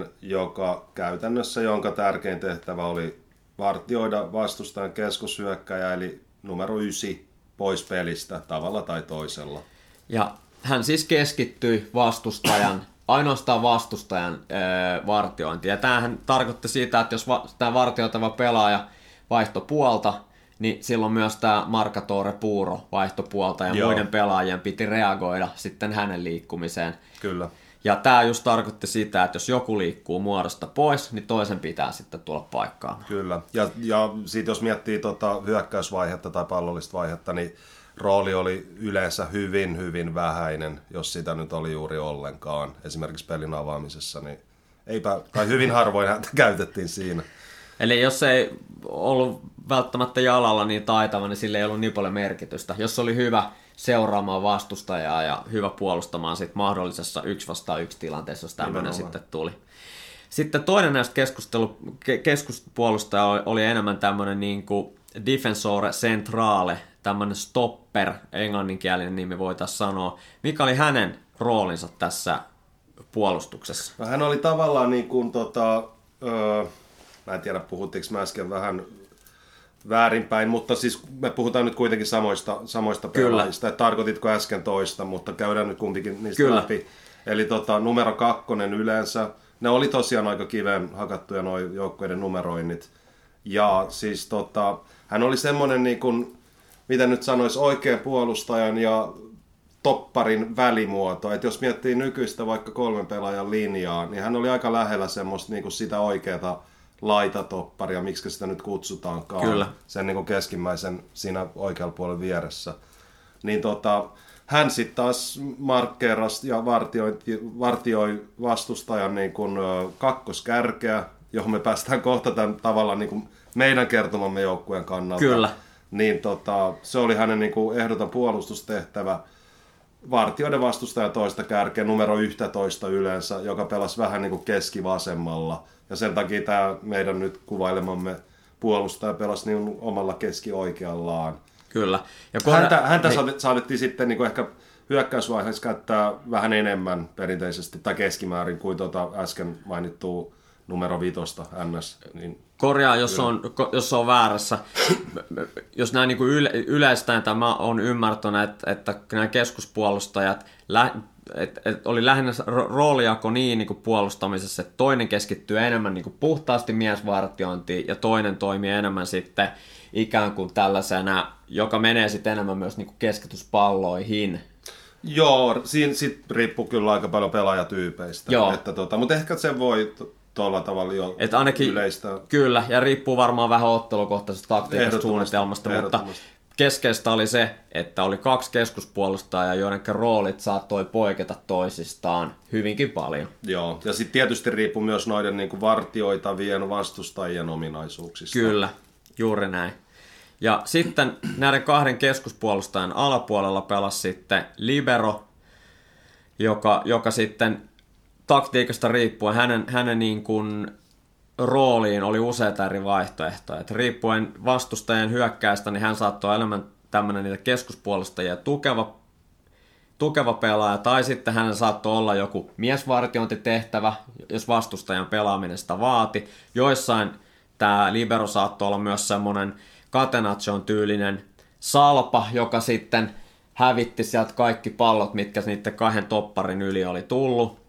jonka tärkein tehtävä oli vartioida vastustajan keskushyökkäjä, eli numero 9 pois pelistä tavalla tai toisella. Ja hän siis keskittyi ainoastaan vastustajan vartiointiin. Ja tämähän tarkoitti sitä, että jos tämä vartioitava pelaaja vaihtoi puolta, niin silloin myös tämä Marcatore Puro vaihtoi puolta ja muiden pelaajien piti reagoida sitten hänen liikkumiseen. Kyllä. Ja tämä just tarkoitti sitä, että jos joku liikkuu muodosta pois, niin toisen pitää sitten tulla paikkaamaan. Kyllä. Ja sitten jos miettii hyökkäysvaihetta tai pallollista vaihetta, niin rooli oli yleensä hyvin, hyvin vähäinen, jos sitä nyt oli juuri ollenkaan. Esimerkiksi pelin avaamisessa, niin hyvin harvoin häntä käytettiin siinä. Eli jos ei ollut välttämättä jalalla niin taitava, niin sillä ei ollut niin paljon merkitystä. Jos oli hyvä seuraamaan vastustajaa ja hyvä puolustamaan sit mahdollisessa 1-1 tilanteessa, jos tämmöinen sitten tuli. Sitten toinen näistä keskuspuolustaja oli enemmän tämmöinen niin kuin defensore centrale, tämmöinen stopper, englanninkielinen nimi voitaisiin sanoa. Mikä oli hänen roolinsa tässä puolustuksessa? Hän oli tavallaan niin kuin mä en tiedä puhuttiinko mä äsken vähän väärinpäin, mutta siis me puhutaan nyt kuitenkin samoista pelaajista. Että tarkoititko äsken toista, mutta käydään nyt kumpikin niistä läpi. Eli numero 2 yleensä, ne oli tosiaan aika kiveen hakattuja nuo joukkueiden numeroinnit. Ja siis hän oli semmoinen niin kuin, mitä nyt sanoisi, oikean puolustajan ja topparin välimuoto. Että jos miettii nykyistä vaikka 3 pelaajan linjaa, niin hän oli aika lähellä semmoista niin kuin sitä oikeata laitatopparia, miksi sitä nyt kutsutaankaan. Kyllä. Sen niin kuin keskimmäisen siinä oikealla puolella vieressä. Niin hän sitten taas markkeerasi ja vartioi vastustajan niin kuin kakkoskärkeä, johon me päästään kohta tämän tavallaan niin kuin meidän kertomamme joukkueen kannalta. Kyllä. Niin se oli hänen niin kuin ehdoton puolustustehtävä. Vartioiden vastustajan toista kärkeä, numero 11 yleensä, joka pelasi vähän niin kuin keskivasemmalla. Ja sen takia tämä meidän nyt kuvailemamme puolustaja pelasi niin omalla keski-oikeallaan. Kyllä. Ja häntä saadettiin sitten niin kuin ehkä hyökkäysvaiheessa käyttää vähän enemmän perinteisesti tai keskimäärin kuin äsken mainittua numero 5 NS. Niin korjaa, jos on väärässä. Jos näin niin kuin yleistäen tämä on ymmärtänyt, että nämä keskuspuolustajat oli lähinnä roolijako niin kuin puolustamisessa, että toinen keskittyy enemmän niin kuin puhtaasti miesvartiointiin ja toinen toimii enemmän sitten ikään kuin tällaisena, joka menee sitten enemmän myös niin kuin keskityspalloihin. Joo, siinä sitten riippuu kyllä aika paljon pelaajatyypeistä. Mutta ehkä se voi tuolla tavalla jo yleistä. Kyllä, ja riippuu varmaan vähän ottelukohtaisesta taktiikasta suunnitelmasta, mutta keskeistä oli se, että oli 2 keskuspuolustajaa, joiden roolit saattoi poiketa toisistaan hyvinkin paljon. Joo, ja sitten tietysti riippuu myös noiden niin kuin vartioitavien vastustajien ominaisuuksista. Kyllä, juuri näin. Ja sitten näiden 2 keskuspuolustajan alapuolella pelasi sitten libero, joka sitten taktiikasta riippuen hänen niin kuin rooliin oli useita eri vaihtoehtoja. Et riippuen vastustajan hyökkäistä, niin hän saattoi enemmän tämmöinen niitä keskuspuolustajia tukeva pelaaja, tai sitten hän saattoi olla joku miesvartiointitehtävä, jos vastustajan pelaaminen sitä vaati. Joissain tämä libero saattoi olla myös semmoinen Catenaccon tyylinen salpa, joka sitten hävitti sieltä kaikki pallot, mitkä niiden 2 topparin yli oli tullut.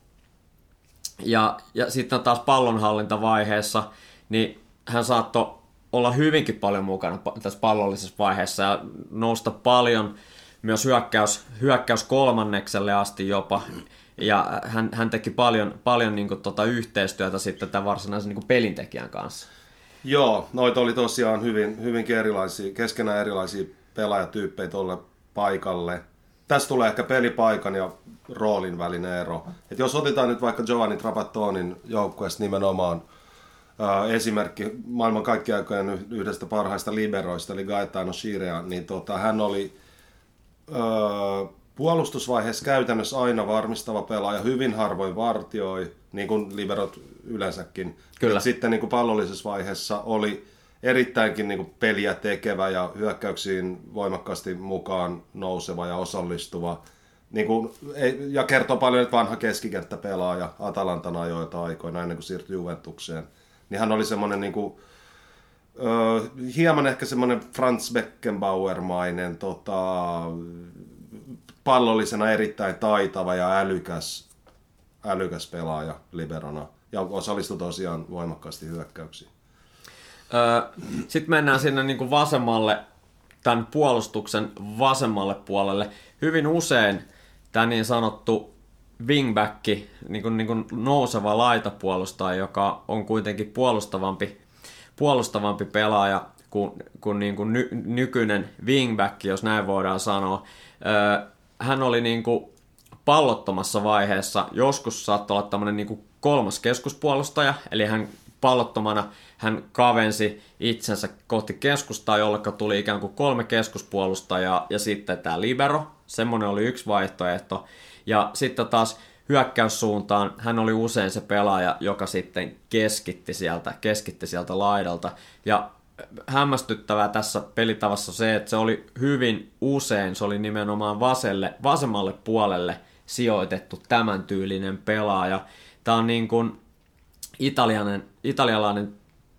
Ja sitten taas pallonhallintavaiheessa, niin hän saattoi olla hyvinkin paljon mukana tässä pallollisessa vaiheessa ja nousta paljon myös hyökkäys kolmannekselle asti jopa. Ja hän teki paljon niin kuin yhteistyötä sitten tämän varsinaisen niin kuin pelintekijän kanssa. Joo, noita oli tosiaan hyvinkin erilaisia, keskenään erilaisia pelaajatyyppejä tuolle paikalle. Tässä tulee ehkä pelipaikan ja roolin välinen ero. Et jos otetaan nyt vaikka Giovanni Trapattoonin joukkueesta nimenomaan esimerkki maailman kaikkien aikojen yhdestä parhaista liberoista, eli Gaetano Scirea, niin hän oli puolustusvaiheessa käytännössä aina varmistava pelaaja, hyvin harvoin vartioi, niin kuin liberot yleensäkin. Kyllä. Sitten niin kuin pallollisessa vaiheessa oli erittäinkin niin kuin peliä tekevä ja hyökkäyksiin voimakkaasti mukaan nouseva ja osallistuva. Niin kuin, ja kertoo paljon, että vanha keskikenttäpelaaja Atalantan ajoilta aikoina ennen kuin siirtyi Juventukseen. Niin hän oli semmoinen niin kuin, hieman ehkä semmoinen Franz Beckenbauer-mainen, pallollisena erittäin taitava ja älykäs pelaaja liberona. Ja osallistui tosiaan voimakkaasti hyökkäyksiin. Sitten mennään sinne niin kuin vasemmalle, tämän puolustuksen vasemmalle puolelle. Hyvin usein tämä niin sanottu wingback, niin kuin nouseva laitapuolustaja, joka on kuitenkin puolustavampi pelaaja kuin, niin kuin nykyinen wingback, jos näin voidaan sanoa. Hän oli niin kuin pallottomassa vaiheessa, joskus saattoi olla tämmöinen niin kuin kolmas keskuspuolustaja, eli hän pallottomana hän kavensi itsensä kohti keskustaa, jolloin tuli ikään kuin 3 keskuspuolustajaa ja sitten tämä libero, semmoinen oli yksi vaihtoehto. Ja sitten taas hyökkäyssuuntaan hän oli usein se pelaaja, joka sitten keskitti sieltä laidalta. Ja hämmästyttävää tässä pelitavassa se, että se oli hyvin usein, se oli nimenomaan vasemmalle puolelle sijoitettu tämän tyylinen pelaaja. Tämä on niin kuin italialainen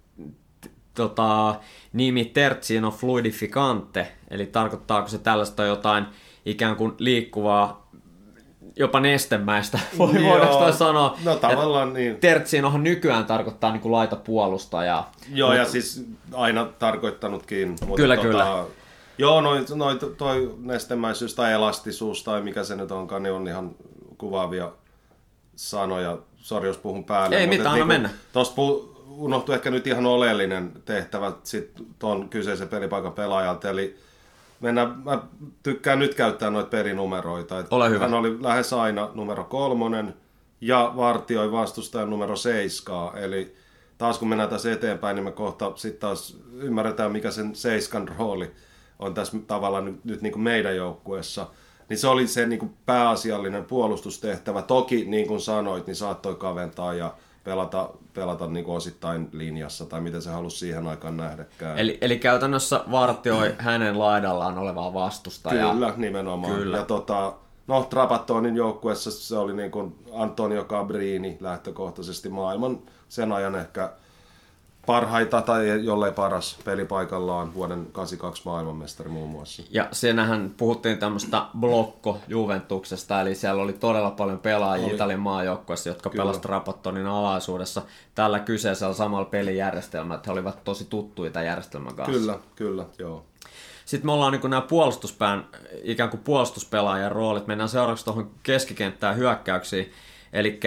nimi terzino fluidificante, eli tarkoittaako se tällaista jotain ikään kuin liikkuvaa, jopa nestemäistä, voidaanko toi sanoa? No tavallaan niin. Terzinohan nykyään tarkoittaa niin kuin laitapuolustajaa. Joo, ja siis aina tarkoittanutkin. Mutta Kyllä. Joo, toi nestemäisyys tai elastisuus tai mikä se nyt onkaan, niin on ihan kuvaavia sanoja. Sori, jos puhun päälle. Ei mitään, anna mennä. Tuosta unohtui ehkä nyt ihan oleellinen tehtävä tuon kyseisen pelipaikan pelaajalta, eli mä tykkään nyt käyttää noita pelinumeroita. Ole hyvä. Hän oli lähes aina numero 3 ja vartioi vastustajan numero 7. Eli taas kun mennään tässä eteenpäin, niin me kohta sitten taas ymmärretään, mikä sen 7 rooli on tässä tavallaan nyt niin kuin meidän joukkueessa. Niin se oli se niin kuin pääasiallinen puolustustehtävä. Toki, niin kuin sanoit, niin saattoi kaventaa ja pelata niin kuin osittain linjassa, tai miten se halusi siihen aikaan nähdäkään. Eli käytännössä vartioi hänen laidallaan olevaa vastustajaa. Kyllä, nimenomaan. Kyllä. Ja Trapattoonin joukkueessa se oli niin kuin Antonio Cabrini lähtökohtaisesti maailman sen ajan ehkä parhaita tai jollei paras pelipaikallaan vuoden 82 maailmanmestari muun muassa. Ja siinähän puhuttiin tämmöistä blokko Juventuksesta, eli siellä oli todella paljon pelaajia Italian maajoukkueessa, jotka pelasivat Trapattoonin alaisuudessa tällä kyseisellä samalla pelijärjestelmällä, että he olivat tosi tuttuja tämän järjestelmän kanssa. Kyllä, joo. Sitten me ollaan niin nämä ikään kuin puolustuspelaajan roolit. Mennään seuraavaksi tuohon keskikenttään hyökkäyksiin. Eli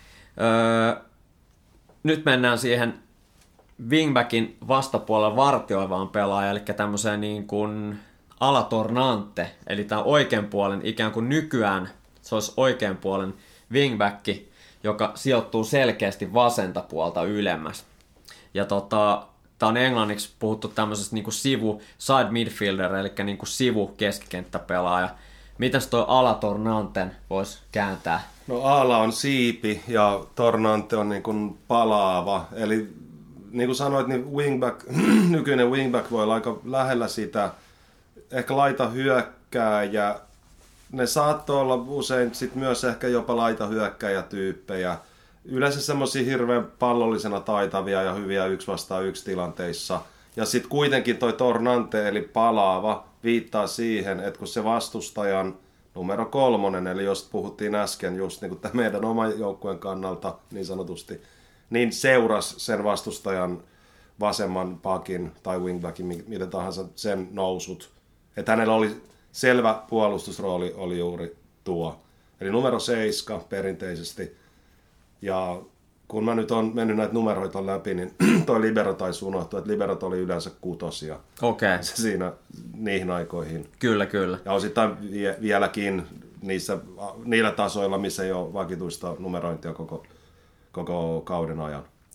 nyt mennään siihen wingbackin vastapuolella vartioivaan pelaajaan, eli tämmöiseen niin kuin alatornante, eli tämä oikean puolen, ikään kuin nykyään se olisi oikean puolen wingback, joka sijoittuu selkeästi vasenta puolta ylemmäs. Ja tämä on englanniksi puhuttu tämmöisestä niin kuin side midfielder, eli niin kuin sivu keskikenttäpelaaja. Mitäs toi alatornanten voisi kääntää? No ala on siipi ja tornante on niin kuin palaava, eli niin kuin sanoit, niin nykyinen wingback voi olla aika lähellä sitä, ehkä laita hyökkääjä. Ne saattoi olla usein sit myös ehkä jopa laita hyökkääjätyyppejä. Yleensä semmoisia hirveän pallollisena taitavia ja hyviä 1-1 tilanteissa. Ja sitten kuitenkin toi tornante eli palaava viittaa siihen, että kun se vastustajan numero 3, eli jos puhuttiin äsken just niin kuin tämä meidän oman joukkueen kannalta niin sanotusti, niin seurasi sen vastustajan vasemman pakin tai wingbackin, mitä tahansa sen nousut. Että hänellä oli selvä puolustusrooli oli juuri tuo. Eli numero 7 perinteisesti. Ja kun mä nyt on mennyt näitä numeroita läpi, niin toi libero taisi unohtua, että liberot oli yleensä 6. Okei. Siinä niihin aikoihin. Kyllä. Ja osittain vieläkin niillä tasoilla, missä ei ole vakituista numerointia koko kauden ajan.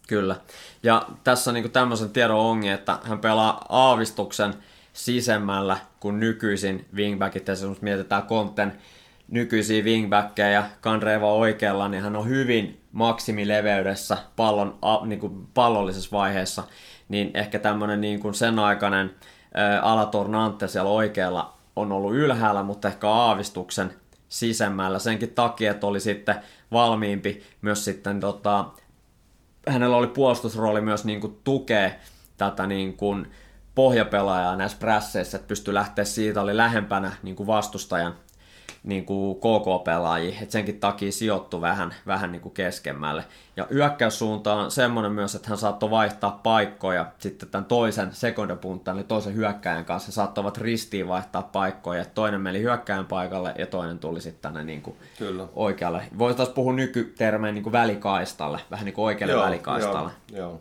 Kyllä. Ja tässä niin tämmöisen tiedon ongi, että hän pelaa aavistuksen sisemmällä kuin nykyisin wingbackit. Esimerkiksi mietitään Conten nykyisiä wingbackkejä Kandreva oikealla, niin hän on hyvin maksimileveydessä pallollisessa vaiheessa. Niin ehkä tämmöinen niin kuin sen aikainen Alatornante siellä oikealla on ollut ylhäällä, mutta ehkä aavistuksen sisemmällä. Senkin takia, että oli sitten valmiimpi myös sitten hänellä oli puolustusrooli myös niin kuin tukea tätä niin kuin pohjapelaajaa näissä prässeissä, että pystyi lähteä siitä, oli lähempänä niin kuin vastustajan niin kuin KK-pelaajia, että senkin takia sijoittui vähän niin kuin keskemmälle. Ja hyökkäyssuunta on semmoinen myös, että hän saattoi vaihtaa paikkoja sitten tämän toisen sekundapuntaan, eli toisen hyökkäjän kanssa, saattoivat ristiin vaihtaa paikkoja, että toinen meni hyökkäjän paikalle ja toinen tuli sitten tänne niin kuin oikealle. Voitaisiin puhua nykytermein niin kuin välikaistalle, vähän niin kuin oikealle välikaistalle. Joo.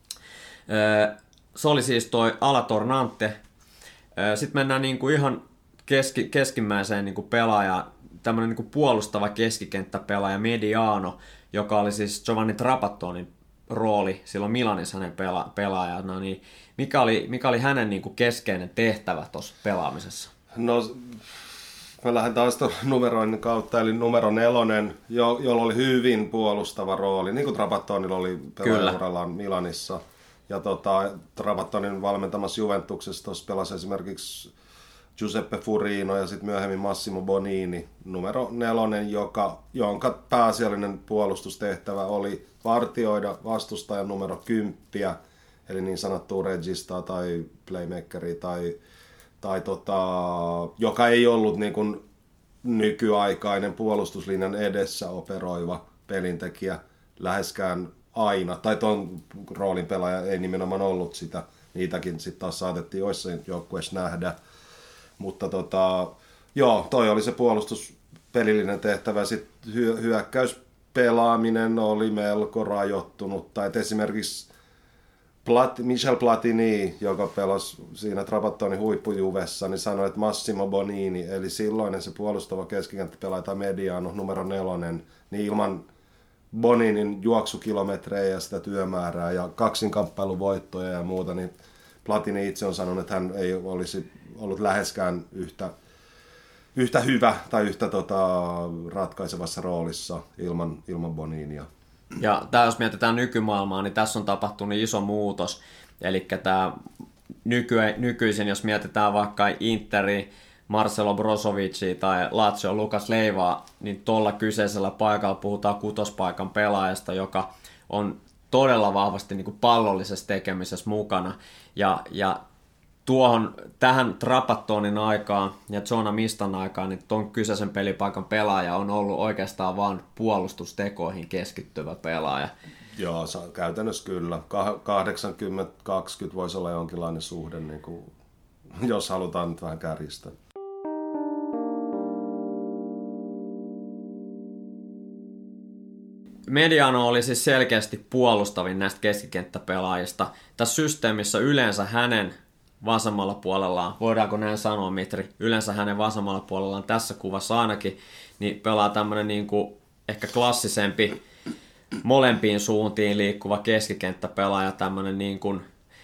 Se oli siis toi Alatornante. Sitten mennään niin kuin ihan keskimmäiseen niin kuin pelaajaan, tämmöinen niin kuin puolustava keskikenttäpelaaja Mediano, joka oli siis Giovanni Trapattoonin rooli silloin Milanissa hänen pelaajana, niin mikä oli hänen niin kuin keskeinen tehtävä tuossa pelaamisessa? No, mä lähden taas numeroinnin kautta, eli numero 4, jolla oli hyvin puolustava rooli, niin kuin Trapattonilla oli pelaajaurallaan Milanissa. Ja Trapattonin valmentamassa Juventuksessa tuossa pelasi esimerkiksi Giuseppe Furino ja sitten myöhemmin Massimo Bonini, numero 4, jonka pääasiallinen puolustustehtävä oli vartioida vastustajan numero 10, eli niin sanottua registaa tai playmakeria, joka ei ollut niin kuin nykyaikainen puolustuslinjan edessä operoiva pelintekijä läheskään aina, tai tuon roolin pelaaja ei nimenomaan ollut sitä, niitäkin sitten taas saatettiin joissain joukkueissa nähdä. Mutta toi oli se puolustuspelillinen tehtävä. Sitten hyökkäyspelaaminen oli melko rajoittunut. Tai esimerkiksi Michel Platini, joka pelasi siinä Trapattonin huippujuvessa, niin sanoi, että Massimo Bonini, eli silloinen se puolustava keskikenttäpelaaja tai Mediano, numero 4, niin ilman Boninin juoksukilometrejä ja sitä työmäärää ja kaksinkamppailuvoittoja ja muuta, niin Platini itse on sanonut, että hän ei olisi ollut läheskään yhtä hyvä tai yhtä ratkaisevassa roolissa ilman Boninia. Ja tämä, jos mietitään nykymaailmaa, niin tässä on tapahtunut iso muutos. Eli tämä nykyisin, jos mietitään vaikka Interi, Marcelo Brozovicia tai Lazio Lukas Leivaa, niin tuolla kyseisellä paikalla puhutaan kutospaikan pelaajasta, joka on todella vahvasti niin kuin pallollisessa tekemisessä mukana. Ja tähän Trapattonin aikaan ja Zona Mistan aikaan, niin tuon kyseisen pelipaikan pelaaja on ollut oikeastaan vain puolustustekoihin keskittyvä pelaaja. Joo, käytännössä kyllä. 80-20 voisi olla jonkinlainen suhde, niin kuin, jos halutaan nyt vähän kärjistää. Mediano oli siis selkeästi puolustavin näistä keskikenttäpelaajista. Tässä systeemissä yleensä hänen vasemmalla puolellaan, voidaanko näin sanoa, Mitri, yleensä hänen vasemmalla puolellaan tässä kuvassa ainakin, niin pelaa tämmöinen niin kuin ehkä klassisempi molempiin suuntiin liikkuva keskikenttäpelaaja, tämmöinen niin kuin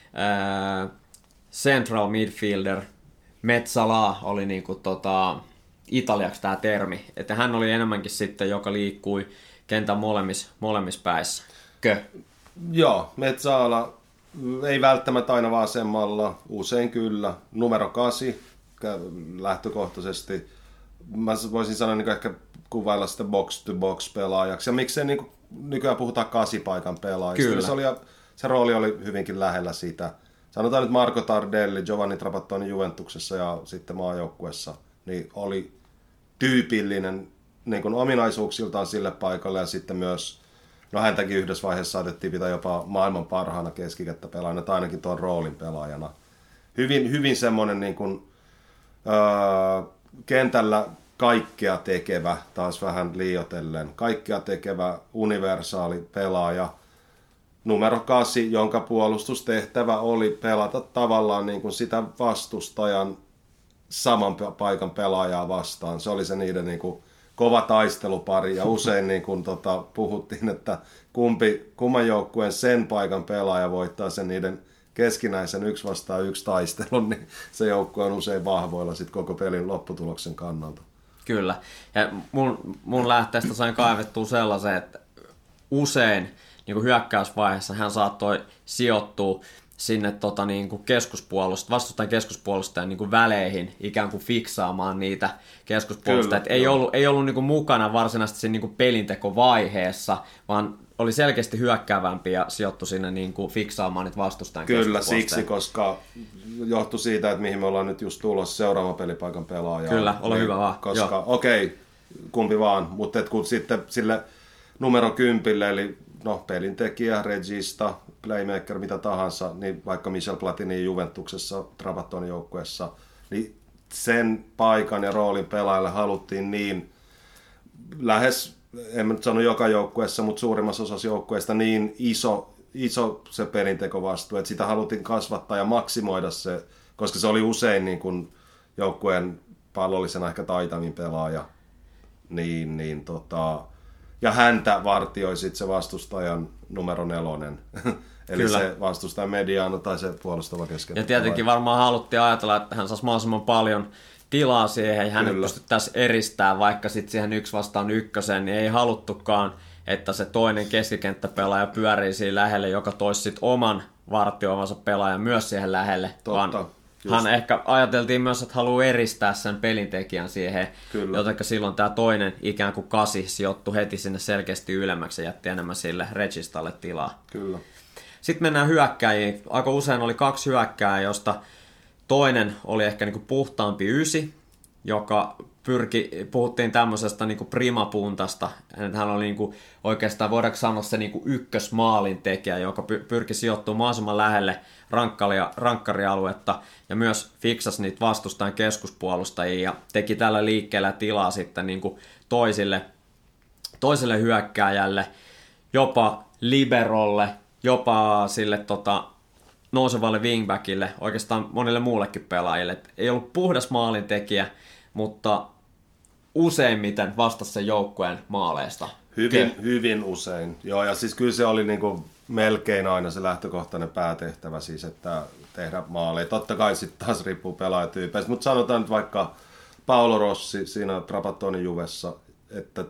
central midfielder, mezzala oli niin kuin italiaksi tämä termi, että hän oli enemmänkin sitten, joka liikkui kentän molemmissa päissä. Joo, mezzala ei välttämättä aina vasemmalla, usein kyllä. Numero 8 lähtökohtaisesti. Mä voisin sanoa niin ehkä kuvailla sitä box-to-box pelaajaksi. Ja miksei niin nykyään puhutaan 8-paikan pelaajista. Se rooli oli hyvinkin lähellä sitä. Sanotaan nyt Marco Tardelli, Giovanni Trapattoni Juventuksessa ja sitten maajoukkuessa, niin oli tyypillinen niin kuin ominaisuuksiltaan sille paikalle ja sitten myös, no häntäkin yhdessä vaiheessa saatettiin pitää jopa maailman parhaana keskikenttäpelaajana tai ainakin tuon roolin pelaajana. Hyvin semmoinen niin kuin, kentällä kaikkea tekevä, taas vähän liioitellen, kaikkea tekevä universaali pelaaja. Numero 8, jonka puolustustehtävä oli pelata tavallaan niin kuin sitä vastustajan saman paikan pelaajaa vastaan. Se oli se niiden niin kuin kova taistelupari ja usein niin kun, puhuttiin, että kumman joukkueen sen paikan pelaaja voittaa sen niiden keskinäisen 1-1 taistelun, niin se joukkue on usein vahvoilla sit koko pelin lopputuloksen kannalta. Kyllä. Ja mun lähteestä sain kaivettua sellaisen, että usein niin kuin hyökkäysvaiheessa hän saattoi sijoittua sinne niin kuin vastustajan keskuspuolustajan niin kuin väleihin ikään kuin fiksaamaan niitä keskuspuolustajia. Ei ollut niin kuin mukana varsinaisesti siinä niin kuin pelintekovaiheessa, vaan oli selkeästi hyökkäävämpi ja sijoittu sinne niin kuin fiksaamaan niitä vastustajan keskuspuolustajia. Kyllä, siksi, koska johtui siitä, että mihin me ollaan nyt just tulossa seuraavan pelipaikan pelaajaa. Kyllä, ole hyvä vaan. Koska kumpi vaan, mutta kun sitten sille numero 10, eli pelintekijä, regista, playmaker, mitä tahansa, niin vaikka Michel Platini Juventuksessa, Trapattoni joukkueessa, niin sen paikan ja roolin pelaajalle haluttiin niin lähes, en mä nyt sano joka joukkueessa, mutta suurimmassa osassa joukkueista niin iso se pelintekovastuu, että sitä haluttiin kasvattaa ja maksimoida se, koska se oli usein niin kuin joukkueen pallollisena ehkä taitavin pelaaja, ja häntä vartioi sitten se vastustajan numero 4, eli kyllä. Se vastustajan mediano tai se puolustava kesken. Ja tietenkin varmaan haluttiin ajatella, että hän saisi mahdollisimman paljon tilaa siihen, ja hänet pystyttäisiin eristämään vaikka sitten siihen 1-1, niin ei haluttukaan, että se toinen keskikenttäpelaaja pyörii siinä lähelle, joka toisi sitten oman vartioivansa pelaajan myös siihen lähelle. Totta. Hän ehkä ajateltiin myös, että haluaa eristää sen pelintekijän siihen, jotenka silloin tämä toinen ikään kuin 8 sijoittui heti sinne selkeästi ylemmäksi ja jätti enemmän sille Registalle tilaa. Kyllä. Sitten mennään hyökkääjiin. Aika usein oli 2 hyökkääjää, josta toinen oli ehkä niinku puhtaampi 9, joka puhuttiin tämmöisestä niinku primapuntasta. Hän oli niinku, oikeastaan voidaanko sanoa se niinku ykkösmaalintekijä, joka pyrki sijoittumaan mahdollisimman lähelle rankkarialuetta ja myös fiksasi niitä vastustajan keskuspuolustajia ja teki tällä liikkeellä tilaa sitten niinku toiselle hyökkääjälle, jopa liberolle, jopa sille nousevalle wingbackille, oikeastaan monille muullekin pelaajille. Et ei ollut puhdas maalintekijä, mutta useimmiten vastasi sen joukkueen maaleista. Hyvin usein. Joo, ja siis kyllä se oli niinku melkein aina se lähtökohtainen päätehtävä, siis että tehdä maaleja. Totta kai sitten taas riippuu pelaajatyypeistä, mutta sanotaan nyt vaikka Paolo Rossi siinä Trapattonin Juvessa, että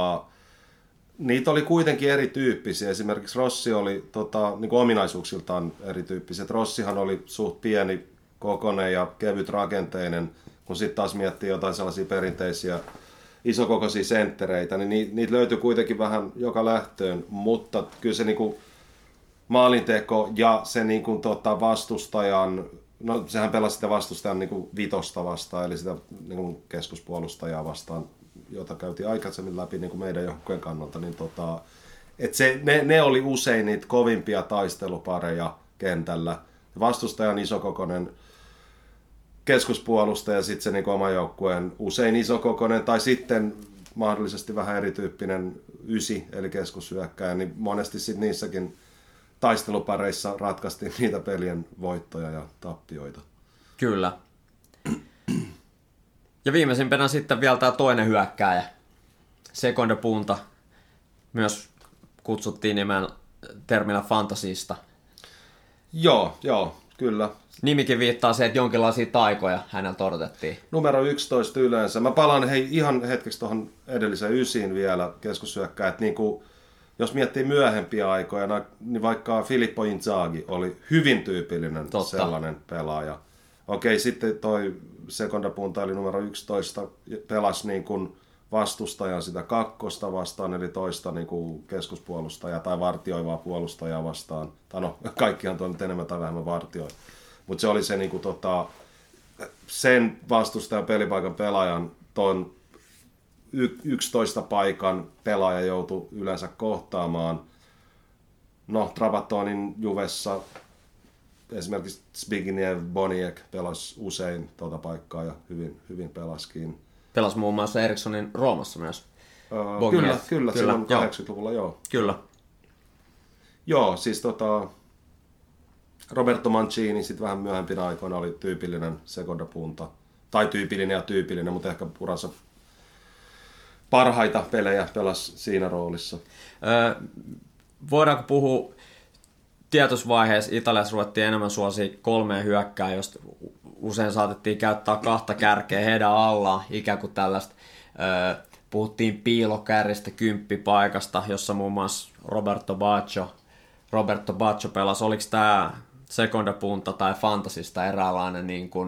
niitä oli kuitenkin erityyppisiä. Esimerkiksi Rossi oli niin kuin ominaisuuksiltaan erityyppisiä. Rossihan oli suht pieni kokoinen ja kevyt rakenteinen, kun sitten taas miettii jotain sellaisia perinteisiä isokokoisia senttereitä, niin niitä löytyi kuitenkin vähän joka lähtöön, mutta kyllä se niinku maalinteko ja se niinku vastustajan, no sehän pelasi sitä vastustajan niinku vitosta vastaan, eli sitä niinku keskuspuolustajaa vastaan, jota käytiin aikaisemmin läpi niinku meidän joukkueen kannalta, niin ne oli usein niitä kovimpia taistelupareja kentällä. Vastustajan isokokoinen keskuspuolustaja ja sitten se niin oma joukkueen usein isokokoinen tai sitten mahdollisesti vähän erityyppinen 9, eli keskushyökkääjä, niin monesti sitten niissäkin taistelupareissa ratkaistiin niitä pelien voittoja ja tappioita. Kyllä. Ja viimeisimpänä sitten vielä tämä toinen hyökkääjä, Seconda Punta, myös kutsuttiin nimen termillä fantasista. Joo, kyllä. Nimikin viittaa se, että jonkinlaisia taikoja häneltä odotettiin. Numero 11 yleensä. Mä palaan ihan hetkeksi tuohon edelliseen 9 vielä keskushyökkääjä. Että niin kuin, jos miettii myöhempiä aikoja, niin vaikka Filippo Inzaghi oli hyvin tyypillinen sellainen pelaaja. Okei, sitten toi Seconda Punta eli numero 11 pelasi niin kuin vastustajan sitä kakkosta vastaan, eli toista niin kuin keskuspuolustajaa tai vartioivaa puolustajaa vastaan. Tai no, kaikkihan tuon nyt enemmän tai vähemmän vartioi. Mutta se oli se niin kuin, sen vastustajan pelipaikan pelaajan ton 11 paikan pelaaja joutui yleensä kohtaamaan. No, Trabattonin Juvessa esimerkiksi Zbigniew Boniek pelasi usein tuota paikkaa ja hyvin pelaskin. Pelasi muun muassa Erikssonin Roomassa myös. Kyllä, silloin 80-luvulla, joo. Kyllä. Joo, siis Roberto Mancini sitten vähän myöhempinä aikoina oli tyypillinen Seconda Punta. Tai tyypillinen, mutta ehkä uransa parhaita pelejä pelasi siinä roolissa. Voidaanko puhua tietosvaiheessa Italiassa ruvettiin enemmän suosia 3 hyökkää, josta usein saatettiin käyttää 2 kärkeä heidän allaan, ikään kuin tällaista. Puhuttiin piilokärjistä 10 paikasta, jossa muun muassa Roberto Baggio pelasi. Oliko tämä Seconda Punta tai Fantasista eräänlainen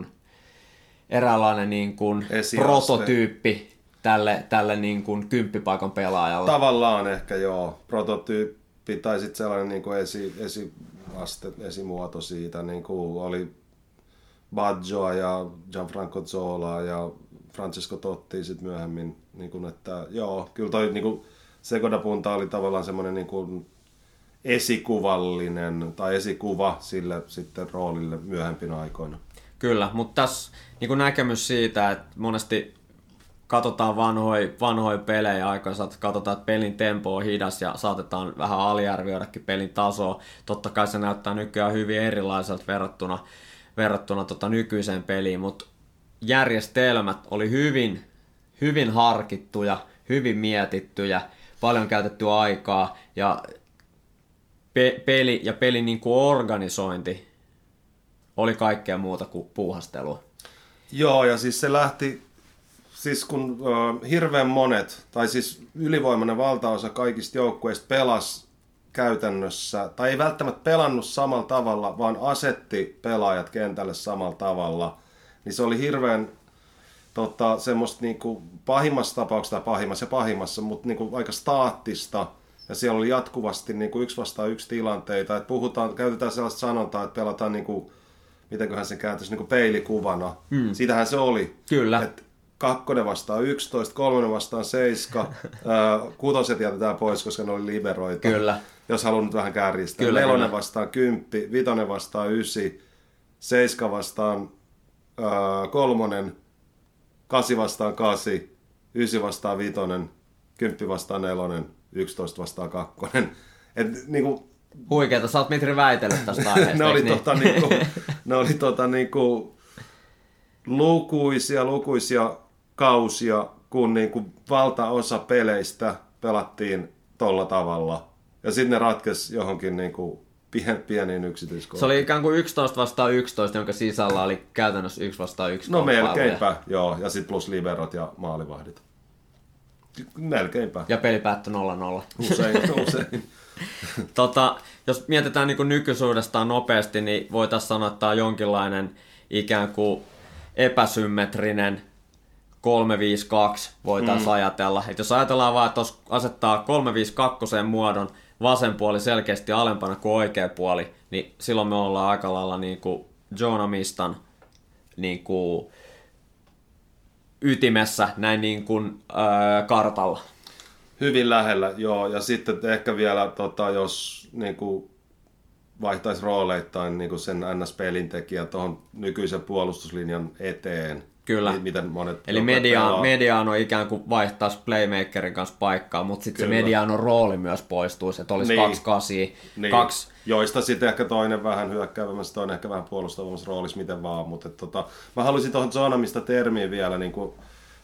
niin kuin prototyyppi tälle niin kuin 10 paikan pelaajalle? Tavallaan ehkä joo, prototyyppi tai sitten sellainen niin kuin esimuoto siitä, niin kuin oli Baggioa ja Gianfranco Zolaa ja Francesco Totti sitten myöhemmin, niin kuin, että joo, kyllä toi niin kuin Seconda Punta oli tavallaan semmoinen niin kuin esikuvallinen tai esikuva sille sitten roolille myöhempinä aikoina. Kyllä, mutta tässä niin kuin näkemys siitä, että monesti katsotaan vanhoja pelejä aikoina, katsotaan, että pelin tempo on hidas ja saatetaan vähän aliarvioidakin pelin tasoa. Totta kai se näyttää nykyään hyvin erilaiselta verrattuna nykyiseen peliin, mutta järjestelmät oli hyvin harkittuja, hyvin mietittyjä, paljon käytettyä aikaa ja peli ja pelin niin kuin organisointi oli kaikkea muuta kuin puuhastelua. Joo, ja siis se lähti, siis kun hirveän monet, tai siis ylivoimainen valtaosa kaikista joukkueista pelasi käytännössä, tai ei välttämättä pelannut samalla tavalla, vaan asetti pelaajat kentälle samalla tavalla, niin se oli hirveän semmoista niinku pahimmassa tapauksessa tai pahimmassa, mutta niinku aika staattista, ja siellä oli jatkuvasti niinku 1 vastaan 1 tilanteita, että käytetään sellaista sanontaa, että pelataan niinku, mitenköhän sen kääntäisi, niinku peilikuvana. Siitähän se oli. Kyllä. Et 2 vastaan 11, 3 vastaan 7, 6 jätetään pois, koska ne oli liberoita. Kyllä. Jos haluan nyt vähän kärjistää. 4 vastaan 10, 5 vastaan 9, 7 vastaan 3, 8 vastaan 8, 9 vastaan 5, 10 vastaan 4, 11 vastaan 2. Et niinku huikeeta, sä oot Mitri väitellyt tästä aiheesta. ne oli lukuisia kausia, kun niinku valtaosa peleistä pelattiin tolla tavalla. Ja sitten ne ratkesi johonkin niinku pieniin yksityiskohtiin. Se oli ikään kuin 11 vastaan 11, jonka sisällä oli käytännössä 1 vastaan 1. No melkeinpä, joo. Ja sitten plus liberot ja maalivahdit. Melkeinpä. Ja peli päättyi 0-0. Usein. Jos mietitään niin kuin nykyisuudestaan nopeasti, niin voitaisiin sanoa, että tämä on jonkinlainen ikään kuin epäsymmetrinen 3-5-2 voitaisiin ajatella. Et jos ajatellaan vaan, että asettaa 3-5-2 muodon, vasen puoli selkeästi alempana kuin oikea puoli, niin silloin me ollaan aika lailla niin kuin Joona Mistan niin kuin ytimessä näin niin kuin, kartalla. Hyvin lähellä, joo. Ja sitten ehkä vielä, jos niin kuin vaihtaisi rooleittain niin kuin sen NS-pelintekijä tuohon nykyisen puolustuslinjan eteen. Kyllä. Miten monet eli Mediano ikään kuin vaihtaisi playmakerin kanssa paikkaa, mutta sitten se Medianon rooli myös poistuisi, että olisi 2-8. Niin. Joista sitten ehkä toinen vähän hyökkäävämässä, toinen ehkä vähän puolustavammassa roolissa, miten vaan. Mutta mä haluaisin tuohon zoonamista termiin vielä niin kuin,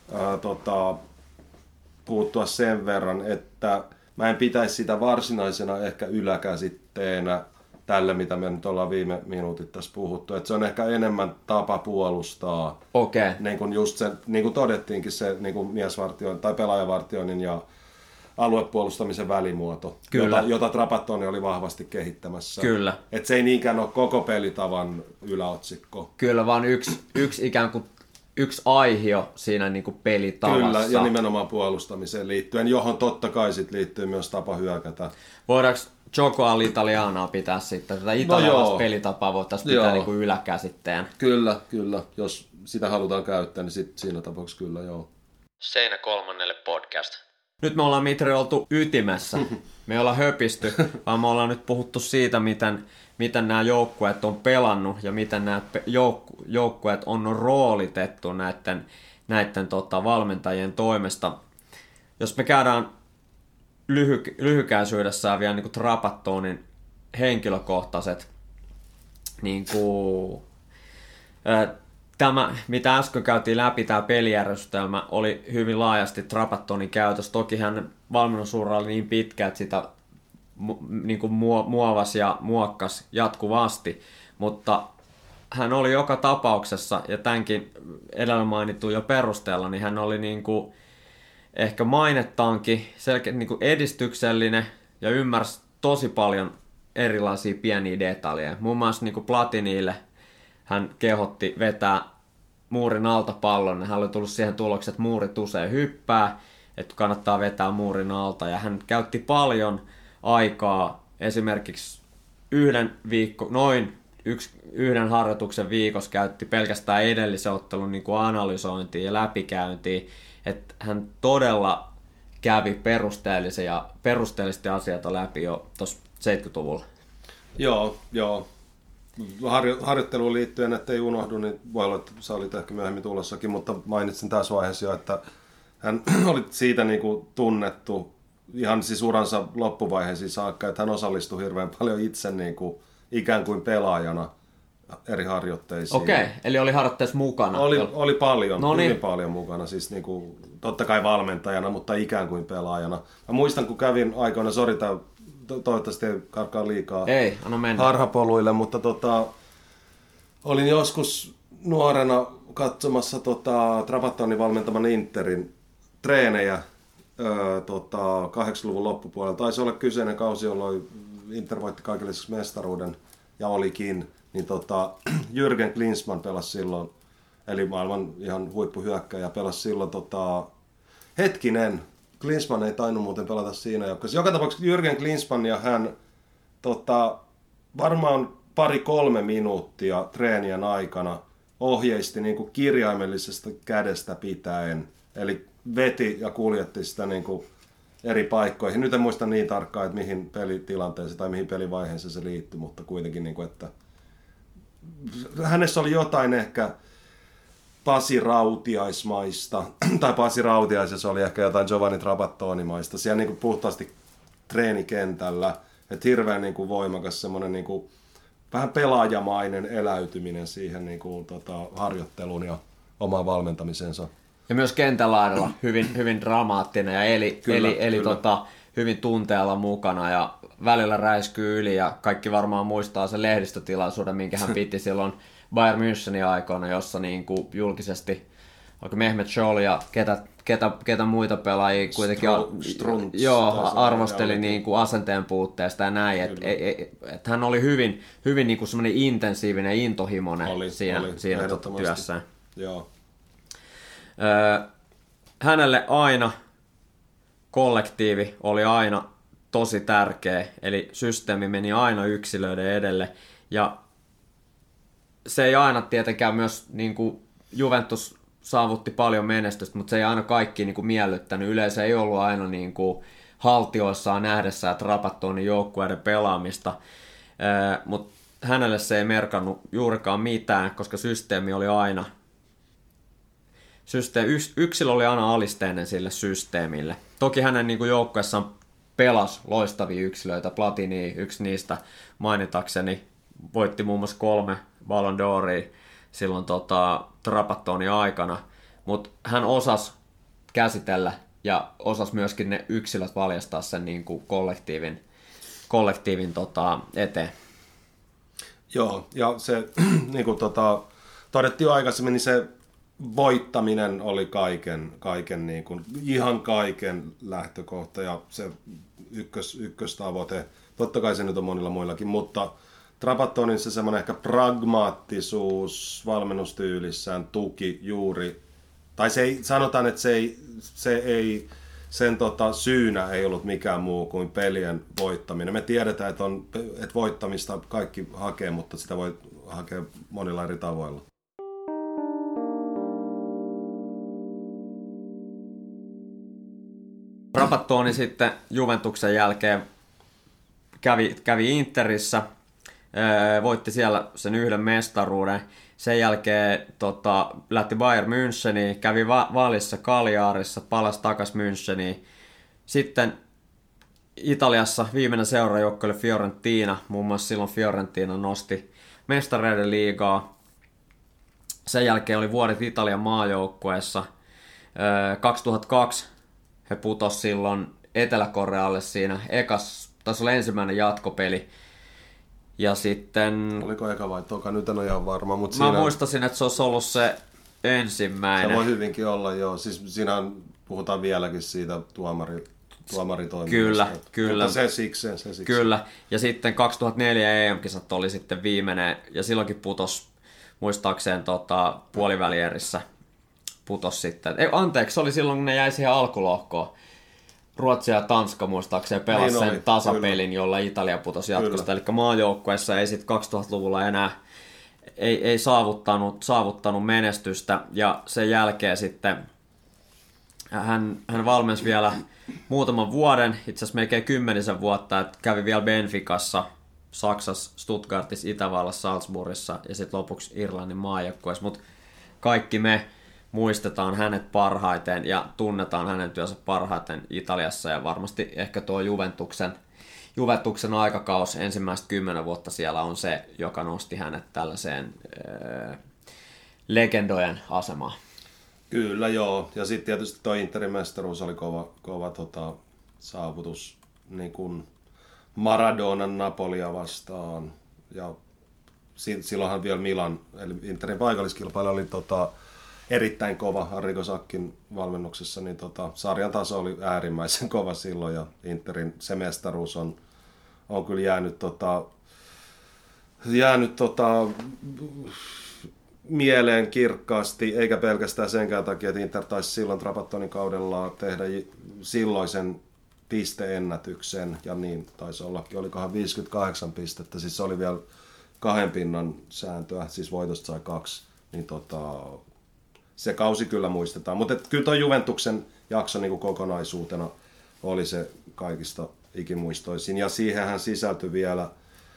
puuttua sen verran, että mä en pitäisi sitä varsinaisena ehkä yläkäsitteenä tälle, mitä me nyt ollaan viime minuutit tässä puhuttu. Että se on ehkä enemmän tapa puolustaa. Okei. Niin kuin just se, niin kuin todettiinkin se niin kuin miesvartioinnin tai pelaajavartioinnin ja aluepuolustamisen välimuoto, jota Trapattoni oli vahvasti kehittämässä. Kyllä. Että se ei niinkään ole koko pelitavan yläotsikko. Kyllä, vaan yksi ikään kuin yksi aihio siinä niin kuin pelitavassa. Kyllä, ja nimenomaan puolustamiseen liittyen, johon totta kai sit liittyy myös tapa hyökätä. Voidaanko Gioco all'Italianaa pitää sitten? Tätä italialaista pelitapaa voitaisiin pitää niin kuin yläkäsitteen. Kyllä. Jos sitä halutaan käyttää, niin sit siinä tapauksessa kyllä, joo. Seinä kolmannelle podcast. Nyt me ollaan, Mitri, oltu ytimessä. Me ei olla höpisty, vaan me ollaan nyt puhuttu siitä, miten nämä joukkueet on pelannut ja miten nämä joukkueet on roolitettu näiden valmentajien toimesta. Jos me käydään lyhykäisyydessään vielä niin kuin Trapattonin henkilökohtaiset niin kuin, tämä, mitä äsken käytiin läpi, tämä pelijärjestelmä oli hyvin laajasti Trapattonin käytössä. Toki hän valmennusura oli niin pitkä, että sitä niin kuin muovasi ja muokkasi jatkuvasti, mutta hän oli joka tapauksessa, ja tämänkin edellä mainitun jo perusteella, niin hän oli niin kuin ehkä mainettaankin niin kuin edistyksellinen ja ymmärsi tosi paljon erilaisia pieniä detaljeja. Muun muassa niin kuin Platinille hän kehotti vetää muurin alta pallon. Hän oli tullut siihen tulokseen, että muurit usein hyppää, että kannattaa vetää muurin alta. Ja hän käytti paljon aikaa esimerkiksi yhden harjoituksen viikossa käytti pelkästään edellisen ottelun niin kuin analysointiin ja läpikäyntiin. Että hän todella kävi perusteellisesti asioita läpi jo tuossa 70-luvulla. Joo. Harjoitteluun liittyen, ettei unohdu, niin voi olla, että sä olit ehkä myöhemmin tulossakin, mutta mainitsin tässä vaiheessa jo, että hän oli siitä niin kuin tunnettu ihan siis uransa loppuvaiheisiin saakka, että hän osallistui hirveän paljon itse niin kuin, ikään kuin pelaajana eri harjoitteisiin. Okei, eli oli harjoitteessa mukana. Oli paljon, Noniin. hyvin paljon mukana, siis niin kuin, totta kai valmentajana, mutta ikään kuin pelaajana. Mä muistan, kun kävin aikoina, toivottavasti ei karkaa liikaa Ei, anna mennä. harhapoluille, mutta olin joskus nuorena katsomassa Trapattonin valmentaman Interin treenejä 80-luvun loppupuolella. Taisi olla kyseinen kausi, jolloin Inter voitti kaikille mestaruuden ja olikin. Niin Jürgen Klinsmann pelasi silloin, eli maailman ihan huippuhyökkäjä, pelasi silloin Klinsmann ei tainnut muuten pelata siinä joukkueessa. Joka tapauksessa Jürgen Klinsmann ja hän varmaan 2-3 minuuttia treenien aikana ohjeisti niin kuin kirjaimellisesta kädestä pitäen. Eli veti ja kuljetti sitä niin kuin eri paikkoihin. Nyt en muista niin tarkkaan, että mihin pelitilanteeseen tai mihin pelivaiheeseen se liittyi, mutta kuitenkin, niin kuin, että hänessä oli jotain ehkä Pasi Rautiaismaista, tai Pasi Rautiaisessa oli ehkä jotain Giovanni Trapattonimaista, siellä niin kuin puhtaasti treenikentällä, että hirveän niin kuin voimakas semmoinen niin kuin vähän pelaajamainen eläytyminen siihen niin kuin, harjoitteluun ja omaan valmentamisensa. Ja myös kentän laidalla hyvin dramaattinen ja kyllä. Hyvin tunteella mukana ja välillä räiskyy yli ja kaikki varmaan muistaa sen lehdistötilaisuuden, minkä hän piti silloin Bayern Münchenin aikoina, jossa niin kuin julkisesti Mehmet Scholl ja ketä muita pelaajia kuitenkin arvosteli niin kuin asenteen puutteesta ja näin, että hän oli hyvin niin kuin semmoinen intensiivinen ja intohimoinen siinä työssään. Joo. Hänelle aina kollektiivi oli aina tosi tärkeä, eli systeemi meni aina yksilöiden edelle, ja se ei aina tietenkään myös, niin kuin Juventus saavutti paljon menestystä, mutta se ei aina kaikki niin kuin miellyttänyt. Yleensä ei ollut aina niin kuin haltioissaan nähdessä Trapattonin joukkueiden pelaamista, mutta hänelle se ei merkannut juurikaan mitään, koska systeemi oli aina yksilö oli aina alisteinen sille systeemille. Toki hänen niin kuin joukkueessaan pelasi loistavia yksilöitä. Platini, yksi niistä mainitakseni, voitti muun muassa 3 Ballon d'Oria silloin Trapattonin aikana. Mutta hän osasi käsitellä ja osasi myöskin ne yksilöt valjastaa sen niin kuin kollektiivin eteen. Joo, ja se niin kuin todettiin jo aikaisemmin, niin se voittaminen oli kaiken niin kuin, ihan kaiken lähtökohta ja se ykköstavoite. Totta kai se nyt on monilla muillakin, mutta Trapattonin se semmoinen ehkä pragmaattisuus valmennustyylissään tuki juuri, tai sanotaan, että sen syynä ei ollut mikään muu kuin pelien voittaminen. Me tiedetään, että voittamista kaikki hakee, mutta sitä voi hakea monilla eri tavoilla. Trapattoni sitten Juventuksen jälkeen kävi Interissä, voitti siellä sen yhden mestaruuden. Sen jälkeen lähti Bayern Müncheniin, kävi Valissa Cagliarissa, palasi takaisin Müncheniin. Sitten Italiassa viimeinen seurajoukkue oli Fiorentina, muun muassa silloin Fiorentina nosti mestareiden liigaa. Sen jälkeen oli vuodet Italian maajoukkueessa. 2002 he putos silloin Etelä-Korealle siinä taisi olla ensimmäinen jatkopeli. Ja sitten... Oliko eka vai toka? Nyt en ole ihan varma, mutta Mä muistasin, että se olisi ollut se ensimmäinen. Se voi hyvinkin olla, joo. Siis siinähän puhutaan vieläkin siitä tuomaritoiminnasta. Kyllä. Mutta se siksi. Kyllä. Ja sitten 2004 EM-kisat oli sitten viimeinen, ja silloinkin putos muistaakseen puolivälierissä putos sitten. Anteeksi, se oli silloin, kun ne jäi siihen alkulohkoon. Ruotsi ja Tanska muistaakseen pelasi niin sen tasapelin, jolla Italia putosi jatkosta. Eli maajoukkueessa ei sitten 2000-luvulla enää ei saavuttanut menestystä. Ja sen jälkeen sitten hän valmensi vielä muutaman vuoden, itse asiassa melkein 10 vuotta, että kävi vielä Benficassa, Saksassa, Stuttgartissa, Itävallassa, Salzburgissa ja sitten lopuksi Irlannin maajoukkueessa. Mutta kaikki me muistetaan hänet parhaiten ja tunnetaan hänen työnsä parhaiten Italiassa, ja varmasti ehkä tuo Juventuksen aikakaus ensimmäistä 10 vuotta siellä on se, joka nosti hänet tällaiseen legendojen asemaan. Kyllä joo, ja sitten tietysti tuo Interin mestaruus oli kova saavutus niin kuin Maradonan Napolia vastaan, ja silloinhan vielä Milan, eli Interin paikalliskilpailu oli erittäin kova Arrigo Sackin valmennuksessa, niin sarjan taso oli äärimmäisen kova silloin, ja Interin se mestaruus on kyllä jäänyt mieleen kirkkaasti, eikä pelkästään senkään takia, että Inter taisi silloin Trapattanin kaudella tehdä silloisen pisteennätyksen, ja niin taisi ollakin, olikohan 58 pistettä, siis se oli vielä 2 pinnan sääntöä, siis voitosta sai 2, niin se kausi kyllä muistetaan, mutta kyllä tuo Juventuksen jakso niin kuin kokonaisuutena oli se kaikista ikimuistoisin, ja siihenhän sisältyi vielä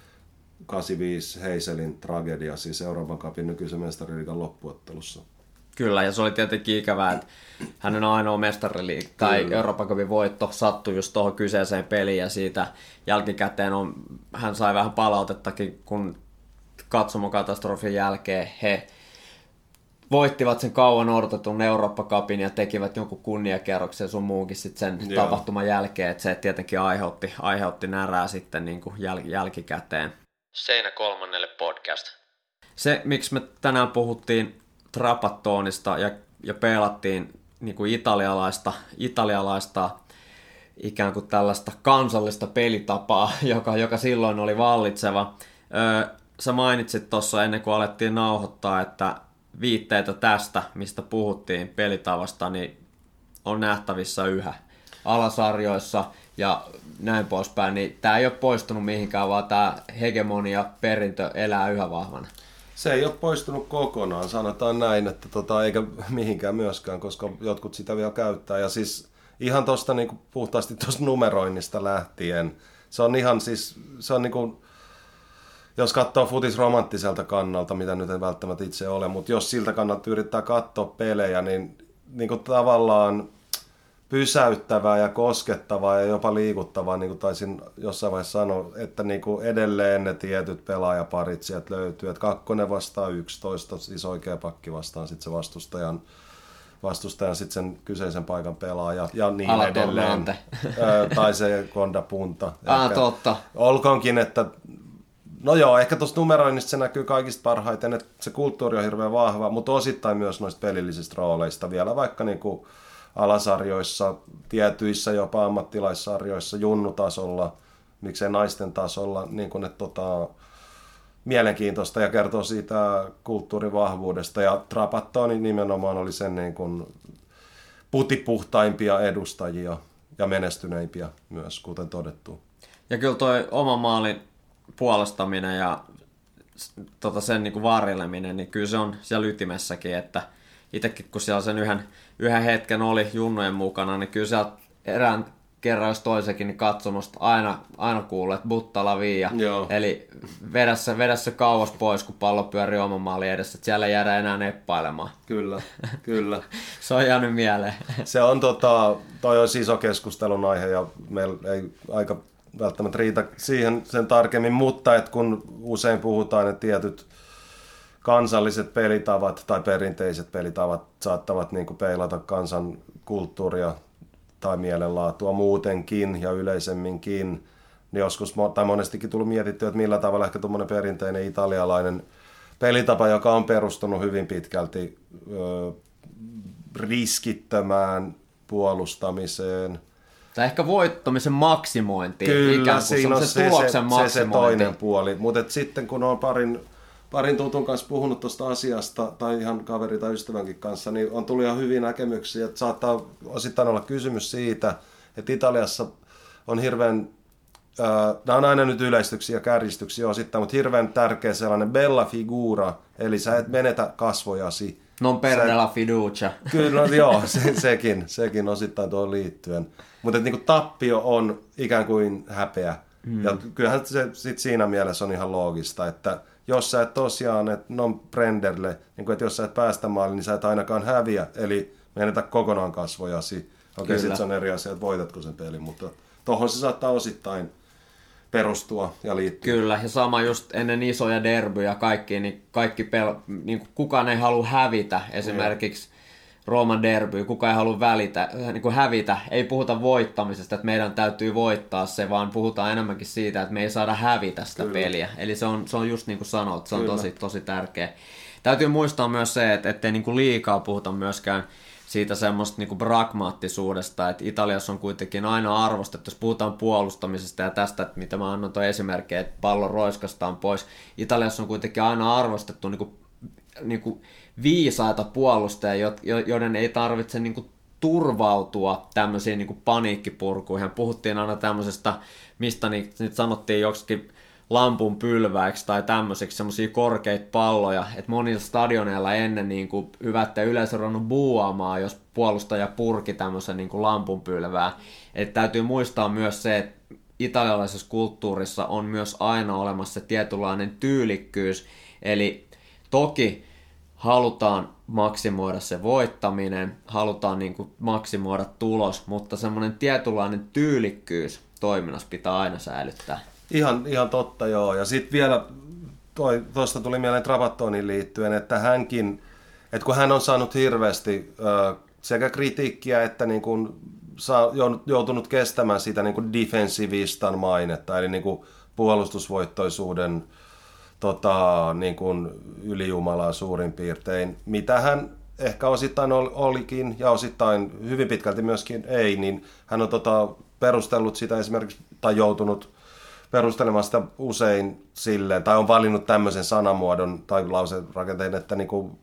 85 Heiselin tragedia, siis Euroopan cupin nykyisen mestariliigan loppuottelussa. Kyllä, ja se oli tietenkin ikävää, että hänen ainoa mestariliiga tai Euroopan cupin voitto sattui just tuohon kyseiseen peliin, ja siitä jälkikäteen hän sai vähän palautettakin, kun katsomokatastrofin jälkeen he voittivat sen kauan odotetun Eurooppa-cupin ja tekivät jonkun kunniakerroksen sun muunkin sitten sen tapahtuman jälkeen, että se tietenkin aiheutti närää sitten niin kuin jälkikäteen. Seinä kolmannelle podcast. Se, miksi me tänään puhuttiin Trapatonista ja pelattiin niin kuin italialaista ikään kuin tällaista kansallista pelitapaa, joka silloin oli vallitseva. Sä mainitsit tuossa ennen kuin alettiin nauhoittaa, että viitteitä tästä, mistä puhuttiin pelitavasta, niin on nähtävissä yhä alasarjoissa ja näin poispäin, niin tämä ei ole poistunut mihinkään, vaan tämä hegemonia perintö elää yhä vahvana. Se ei ole poistunut kokonaan, sanotaan näin, että eikä mihinkään myöskään, koska jotkut sitä vielä käyttää. Ja siis ihan tuosta niin puhtaasti tuosta numeroinnista lähtien, se on ihan siis, se on niin kuin, jos katsoo futis romanttiselta kannalta, mitä nyt en välttämättä itse ole, mutta jos siltä kannalta yrittää katsoa pelejä, niin kuin tavallaan pysäyttävää ja koskettavaa ja jopa liikuttavaa, niin kuin taisin jossain vaiheessa sanoa, että niin kuin edelleen ne tietyt pelaajaparit sieltä löytyy, että 2 vastaan 11, siis oikea pakki vastaan sitten se vastustajan sitten sen kyseisen paikan pelaaja ja niin edelleen. Tai se Konda Punta. Totta. Olkoonkin, että no joo, ehkä tuosta numeroinnista se näkyy kaikista parhaiten, että se kulttuuri on hirveän vahva, mutta osittain myös noista pelillisistä rooleista vielä, vaikka niinku alasarjoissa, tietyissä jopa ammattilaissarjoissa, junnutasolla, miksei naisten tasolla, niin kun, että mielenkiintoista ja kertoo siitä kulttuurin vahvuudesta. Ja Trapattoni nimenomaan oli sen niin kun putipuhtaimpia edustajia ja menestyneimpiä myös, kuten todettu. Ja kyllä toi oma maalin puolustaminen ja sen niin kuin varjeleminen, niin kyllä se on siellä ytimessäkin, että itsekin kun siellä sen yhden hetken oli junnojen mukana, niin kyllä sieltä erään kerran jos toisenkin niin katsomusta aina kuuluu, että butta la via. Eli vedä se kauas pois, kun pallo pyörii oman maalin edessä, että siellä ei jäädä enää neppailemaan. Kyllä. Se on jäänyt mieleen. Se on toi on iso keskustelun aihe ja meillä ei aika välttämättä riitä siihen sen tarkemmin, mutta että kun usein puhutaan, että tietyt kansalliset pelitavat tai perinteiset pelitavat saattavat niin kuin peilata kansan kulttuuria tai mielenlaatua muutenkin ja yleisemminkin. Niin joskus tai monestikin tullut mietittyä, että millä tavalla ehkä tuommoinen perinteinen italialainen pelitapa, joka on perustunut hyvin pitkälti riskittömään puolustamiseen. Tai ehkä voittamisen maksimointi. Kyllä, ikään kuin siinä on se tuloksen maksimointi. se toinen puoli. Mutta sitten kun on parin tutun kanssa puhunut tuosta asiasta, tai ihan kaveri tai ystävänkin kanssa, niin on tullut ihan hyviä näkemyksiä, että saattaa osittain olla kysymys siitä, että Italiassa on hirveän, nämä on aina nyt yleistyksiä ja kärjistyksiä osittain, mutta hirveän tärkeä sellainen bella figura, eli sä et menetä kasvojasi. Non perdere la fiducia. Kyllä, no, joo, sekin osittain tuohon liittyen. Mutta niinku tappio on ikään kuin häpeä. Ja kyllähän se sit siinä mielessä on ihan loogista, että jos sä et tosiaan, että non prenderle, niin että jos sä et päästä maaliin, niin sä et ainakaan häviä, eli menetä kokonaan kasvojasi. Okei, sitten se on eri asia, että voitatko sen pelin, mutta tohon se saattaa osittain perustua ja liittyä. Kyllä, ja sama just ennen isoja derbyjä kaikki, niin niin kukaan ei halua hävitä. Esimerkiksi Rooman derby, kukaan ei halua hävitä. Ei puhuta voittamisesta, että meidän täytyy voittaa se, vaan puhutaan enemmänkin siitä, että me ei saada hävitä sitä peliä. Eli se on just niin kuin sanoit, se on tosi tärkeä. Täytyy muistaa myös se, että ettei niin kuin liikaa puhuta myöskään siitä semmoista niinku pragmaattisuudesta, että Italiassa on kuitenkin aina arvostettu, jos puhutaan puolustamisesta ja tästä, että mitä mä annan tuon esimerkkejä, että pallon roiskastaan pois. Italiassa on kuitenkin aina arvostettu niinku viisaita puolustajia, joiden ei tarvitse niinku turvautua tämmöisiin niinku paniikkipurkuihin. Puhuttiin aina tämmöisestä, mistä niitä sanottiin joksikin lampun pylväiksi tai tämmöiseksi semmoisia korkeita palloja, että monilla stadioneilla ennen niin kuin hyvä, että yleisö on ruvennut buuaamaan, jos puolustaja purki tämmöisen niin kuin lampun pylvää. Että täytyy muistaa myös se, että italialaisessa kulttuurissa on myös aina olemassa se tietynlainen tyylikkyys, eli toki halutaan maksimoida se voittaminen, halutaan niin kuin maksimoida tulos, mutta semmoinen tietynlainen tyylikkyys toiminnassa pitää aina säilyttää. Ihan totta, joo. Ja sitten vielä, tuosta tuli mieleen Trapattoniin liittyen, että hänkin, että kun hän on saanut hirveästi sekä kritiikkiä että niin kuin joutunut kestämään sitä niin kuin defensivistan mainetta, eli niin kuin puolustusvoittoisuuden niin kuin ylijumalaa suurin piirtein, mitä hän ehkä osittain olikin ja osittain hyvin pitkälti myöskin ei, niin hän on perustellut sitä esimerkiksi, tai joutunut perustelemaan sitä usein silleen, tai on valinnut tämmöisen sanamuodon tai lauserakenteen, että niinku,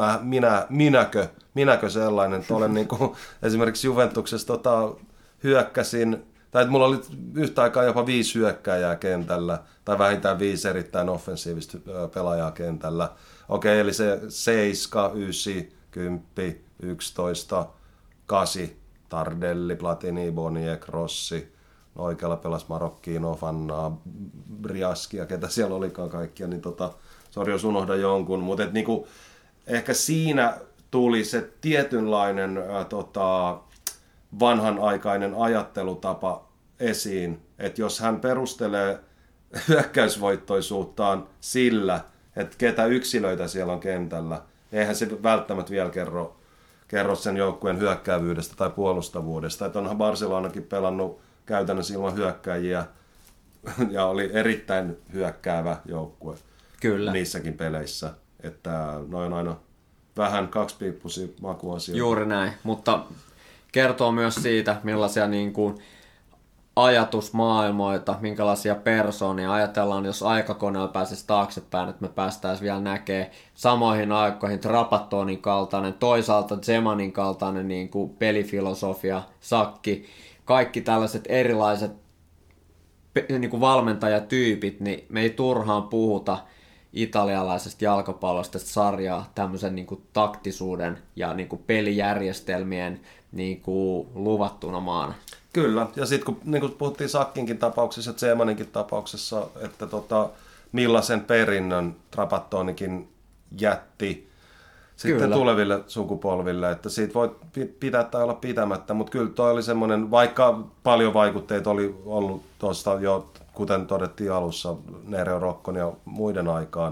minäkö sellainen, että olen niinku, esimerkiksi Juventuksessa hyökkäsin, tai että mulla oli yhtä aikaa jopa 5 hyökkääjää kentällä, tai vähintään 5 erittäin offensiivista pelaajaa kentällä. Okei, eli se 7, 9, 10, 11, 8, Tardelli, Platini, Boniek, Rossi, oikealla pelasi Marocchino, Fannaa, Briaskia, ketä siellä olikaan kaikkia, niin sori jos unohdan jonkun, mutta niinku, ehkä siinä tuli se tietynlainen vanhanaikainen ajattelutapa esiin, että jos hän perustelee hyökkäysvoittoisuuttaan sillä, että ketä yksilöitä siellä on kentällä, eihän se välttämättä vielä kerro sen joukkueen hyökkäävyydestä tai puolustavuudesta, että onhan Barcelonakin pelannut käytännössä ilman hyökkääjiä ja oli erittäin hyökkäävä joukkue. Kyllä. Niissäkin peleissä. Että noin aina vähän kaksipiippuisia makuasioita. Juuri näin, mutta kertoo myös siitä, millaisia niin kuin ajatusmaailmoita, minkälaisia persoonia ajatellaan, jos aikakoneella pääsisi taaksepäin, että me päästäisiin vielä näkemään samoihin aikoihin Trapattonin kaltainen, toisaalta Zemanin kaltainen niin kuin pelifilosofia, sakki, kaikki tällaiset erilaiset niin kuin valmentajatyypit, niin me ei turhaan puhuta italialaisesta jalkapallosta sarjaa tämmöisen niin kuin taktisuuden ja niin kuin pelijärjestelmien niin kuin luvattuna maana. Kyllä, ja sitten kun niin kuin puhuttiin Sakkinkin tapauksessa ja Zemaninkin tapauksessa, että millaisen perinnön Trapattonikin jätti sitten tuleville sukupolville, että siitä voi pitää tai olla pitämättä, mutta kyllä toi oli semmoinen, vaikka paljon vaikutteita oli ollut tuosta jo, kuten todettiin alussa, Nereo Roccon ja muiden aikaan,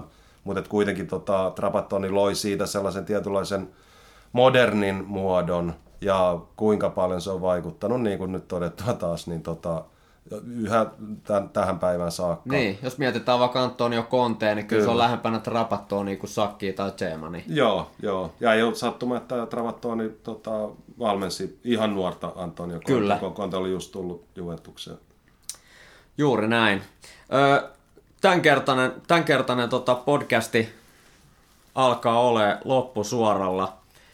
mutta kuitenkin Trapattoni loi siitä sellaisen tietynlaisen modernin muodon, ja kuinka paljon se on vaikuttanut, niin kuin nyt todettua taas, niin yhä tähän päivään saakka. Niin, jos mietitään vaikka Antonio Contea, niin kyllä se on lähempänä Trapattoni kuin Sakkia tai Tsemani. Joo. Ja ei ollut sattuma, että Trapattoni valmensi ihan nuorta Antonio Contea. Kyllä. Conte oli just tullut Juventukseen. Juuri näin. Tämänkertainen podcasti alkaa olemaan loppusuoralla.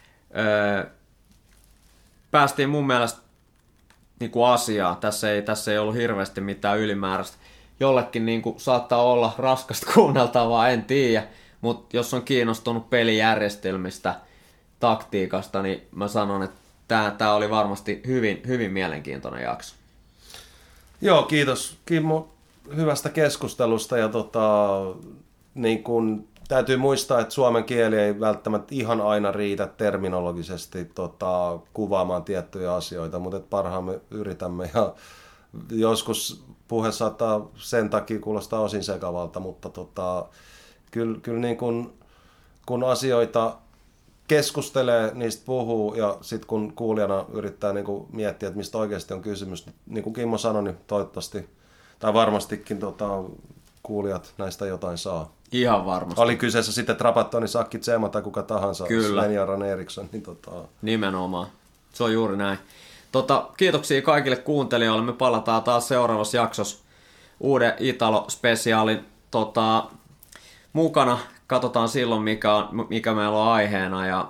Päästiin mun mielestä niinku asiaa. Tässä ei ollut hirveästi mitään ylimääräistä. Jollekin niinku saattaa olla raskasta kuunneltavaa, en tiedä. Mutta jos on kiinnostunut pelijärjestelmistä, taktiikasta, niin mä sanon, että tää oli varmasti hyvin mielenkiintoinen jakso. Joo, kiitos Kimmo hyvästä keskustelusta. Ja niin kun, täytyy muistaa, että suomen kieli ei välttämättä ihan aina riitä terminologisesti kuvaamaan tiettyjä asioita, mutta parhaamme yritämme. Ja joskus puhe saattaa sen takia kuulostaa osin sekavalta, mutta kyllä niin kun asioita keskustelee, niistä puhuu ja sitten kun kuulijana yrittää niin kuin miettiä, että mistä oikeasti on kysymys, niin kuin Kimmo sanoi, niin toivottavasti tai varmastikin kuulijat näistä jotain saa. Ihan varmasti. Oli kyseessä sitten Trapattoni, Sakki, Tsema tai kuka tahansa, Sven-Göran Eriksson. Niin Nimenomaan. Se on juuri näin. Kiitoksia kaikille kuuntelijoille. Me palataan taas seuraavassa jaksossa uuden Italo-spesiaalin mukana. Katsotaan silloin, mikä meillä on aiheena ja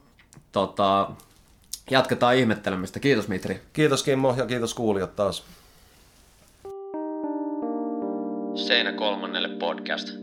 jatketaan ihmettelemistä. Kiitos Mitri. Kiitos Kimmo ja kiitos kuulijat taas. Seinä kolmannelle podcast.